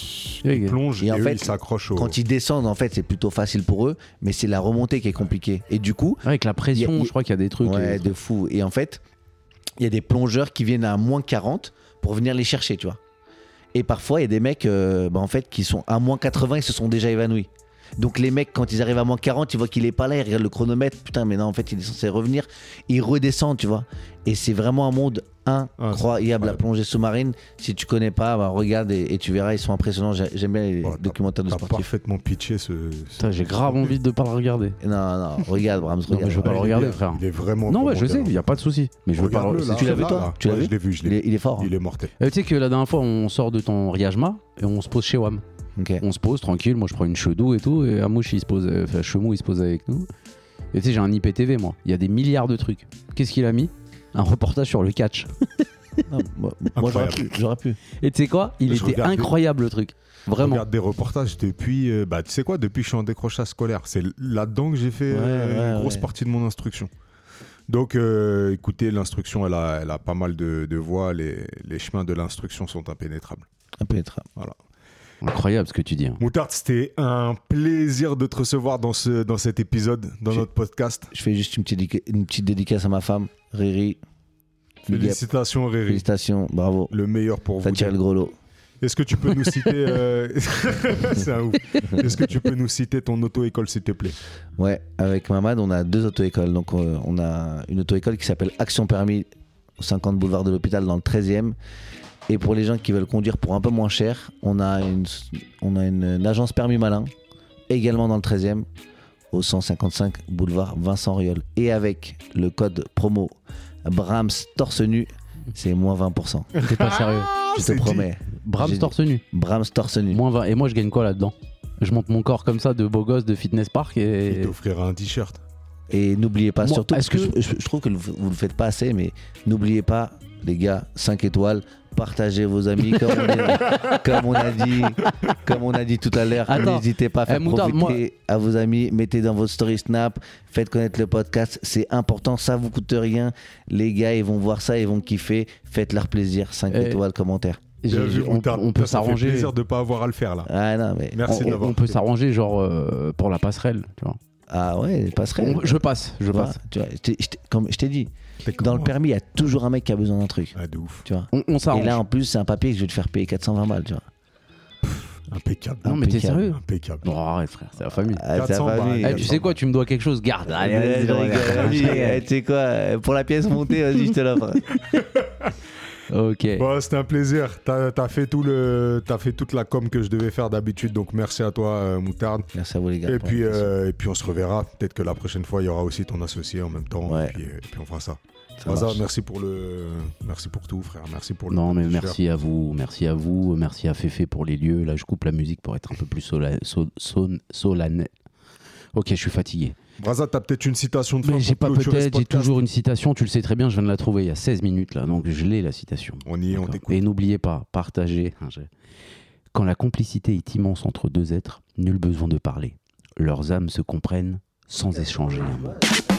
Oui, ils plongent Et et, en eux, fait, ils s'accrochent au... Quand ils descendent, en fait, c'est plutôt facile pour eux, mais c'est la remontée qui est compliquée. Et du coup, Avec la pression, Y a- y a- je crois qu'il y a des trucs. ouais, euh, de fou. Et en fait, il y a des plongeurs qui viennent à moins quarante pour venir les chercher, tu vois. Et parfois, il y a des mecs euh, bah, en fait, qui sont à moins quatre-vingts, ils se sont déjà évanouis. Donc les mecs, quand ils arrivent à moins quarante, ils voient qu'il est pas là, ils regardent le chronomètre, putain, mais non, en fait, il est censé revenir. Ils redescendent, tu vois. Et c'est vraiment un monde incroyable, la plongée sous-marine. Si tu connais pas, bah, regarde et, et tu verras, ils sont impressionnants. J'ai- J'aime bien les Bon, t'as- documentaires de T'as sportifs. parfaitement pitché ce... ce- Putain, j'ai grave envie de pas le regarder. Non, non, regarde, Brahms, Non, mais regarde. je veux pas Ah, le il est regarder, bien, frère. Il est vraiment... Non, ouais, vraiment je sais, bien. il y a pas de souci. Mais je veux pas le Regarde-le, là. Tu l'as vu, Là, toi là. Tu l'as Ouais, vu Je l'ai vu, je Il l'ai est, vu. il est fort. hein. Il est mortel. Euh, tu sais que la dernière fois, on sort de ton Riajma et on se pose chez Wam. Ok. On se pose tranquille, moi je prends une chedou et tout, et Amouche il se pose, euh, enfin Chemou il se pose avec nous. Et tu sais, j'ai un I P T V moi, il y a des milliards de trucs. Qu'est-ce qu'il a mis? Un reportage sur le catch. Non, moi, moi, j'aurais pu. J'aurais pu. Et tu sais quoi? Il Je était regarde- incroyable le truc. Je Vraiment. regarde des reportages depuis... euh, bah, tu sais quoi? Depuis que je suis en décrochage scolaire. C'est là-dedans que j'ai fait Ouais, euh, ouais, une grosse ouais. partie de mon instruction. Donc, euh, écoutez, l'instruction, elle a, elle a pas mal de, de voies. Les, les chemins de l'instruction sont impénétrables. Impénétrable. Incroyable ce que tu dis. hein. Moutarde, c'était un plaisir de te recevoir dans, ce, dans cet épisode, dans J'ai- notre podcast. Je fais juste une petite, dédica- une petite dédicace à ma femme, Riri. Big up. Félicitations, Réry. Félicitations, bravo. Le meilleur pour vous. T'as tiré le gros lot. Est-ce que tu peux nous citer... euh, C'est un ouf. Est-ce que tu peux nous citer ton auto-école, s'il te plaît? Ouais, avec Mamad, on a deux auto-écoles. Donc, euh, on a une auto-école qui s'appelle Action Permis, au cinquante boulevard de l'Hôpital, dans le treizième. Et pour les gens qui veulent conduire pour un peu moins cher, on a une, on a une, une agence Permis Malin, également dans le treizième, au cent cinquante-cinq boulevard Vincent Riol. Et avec le code promo Brahms torse nu, c'est moins vingt pour cent. T'es pas sérieux. Je te c'est dit. promets. Brahms J'ai- torse nu. Brahms torse nu. Moins vingt. Et moi je gagne quoi là-dedans? Je monte mon corps comme ça de beau gosse de fitness park Il et. t'offrira un t-shirt. Et n'oubliez pas, Moi, surtout, est-ce parce que, que- je, je trouve que vous ne le faites pas assez, mais n'oubliez pas, les gars, cinq étoiles, partagez vos amis, comme on, a, comme on a dit, comme on a dit tout à l'heure. Attends. N'hésitez pas à faire Eh, Moutarde, profiter à vos amis, mettez dans votre story Snap, faites connaître le podcast, c'est important, ça vous coûte rien. Les gars, ils vont voir ça, ils vont kiffer, faites leur plaisir, cinq Eh, étoiles, commentaires. J'ai- Bien vu, on, Moutarde. on peut Ça fait s'arranger. plaisir de ne pas avoir à le faire là. Ah non, mais. Merci On, d'avoir. on peut s'arranger genre euh, pour la passerelle, tu vois. Ah ouais, passerait. On- je passe, je Tu vois, passe. tu vois, je t'ai- je t'ai- comme je t'ai dit, T'es dans le comment permis, il y a toujours un mec qui a besoin d'un truc. Ah, de ouf. Tu vois. On, on Et s'arrange. là, en plus, c'est un papier que je vais te faire payer quatre cent vingt balles, tu vois. Impeccable. Non mais t'es impeccable. sérieux? Impeccable. Non arrête frère, c'est la famille. Ah, quatre cents c'est la famille. balles. Eh, tu sais quoi, tu me dois quelque chose, garde. Allez, Allez, vas-y, je rigole, vas-y. vas-y. Eh, tu sais quoi, euh, pour la pièce montée, vas-y, je te l'offre. Ok. Bon, c'était un plaisir. T'as as fait tout le, t'as fait toute la com que je devais faire d'habitude, donc merci à toi, euh, Moutarde. Merci à vous, les gars. Et pour puis, l'invitation. euh, et puis on se reverra. Peut-être que la prochaine fois, il y aura aussi ton associé en même temps. Ouais. Et, puis, euh, et puis on fera ça. Ça Baza, marche. merci pour le, merci pour tout, frère. Merci pour le. Non mais t-shirt. merci à vous, merci à vous, merci à Féfé pour les lieux. Là je coupe la musique pour être un peu plus sola- so- son- solennel. Ok, je suis fatigué. Braza, t'as peut-être une citation de fin Mais j'ai pour pas clôturer ce peut-être, j'ai podcast. toujours une citation, tu le sais très bien, je viens de la trouver il y a seize minutes là, donc je l'ai la citation. On y est, on D'accord. t'écoute. Et n'oubliez pas, partagez. Hein, je- Quand la complicité est immense entre deux êtres, nul besoin de parler. Leurs âmes se comprennent sans échanger un mot.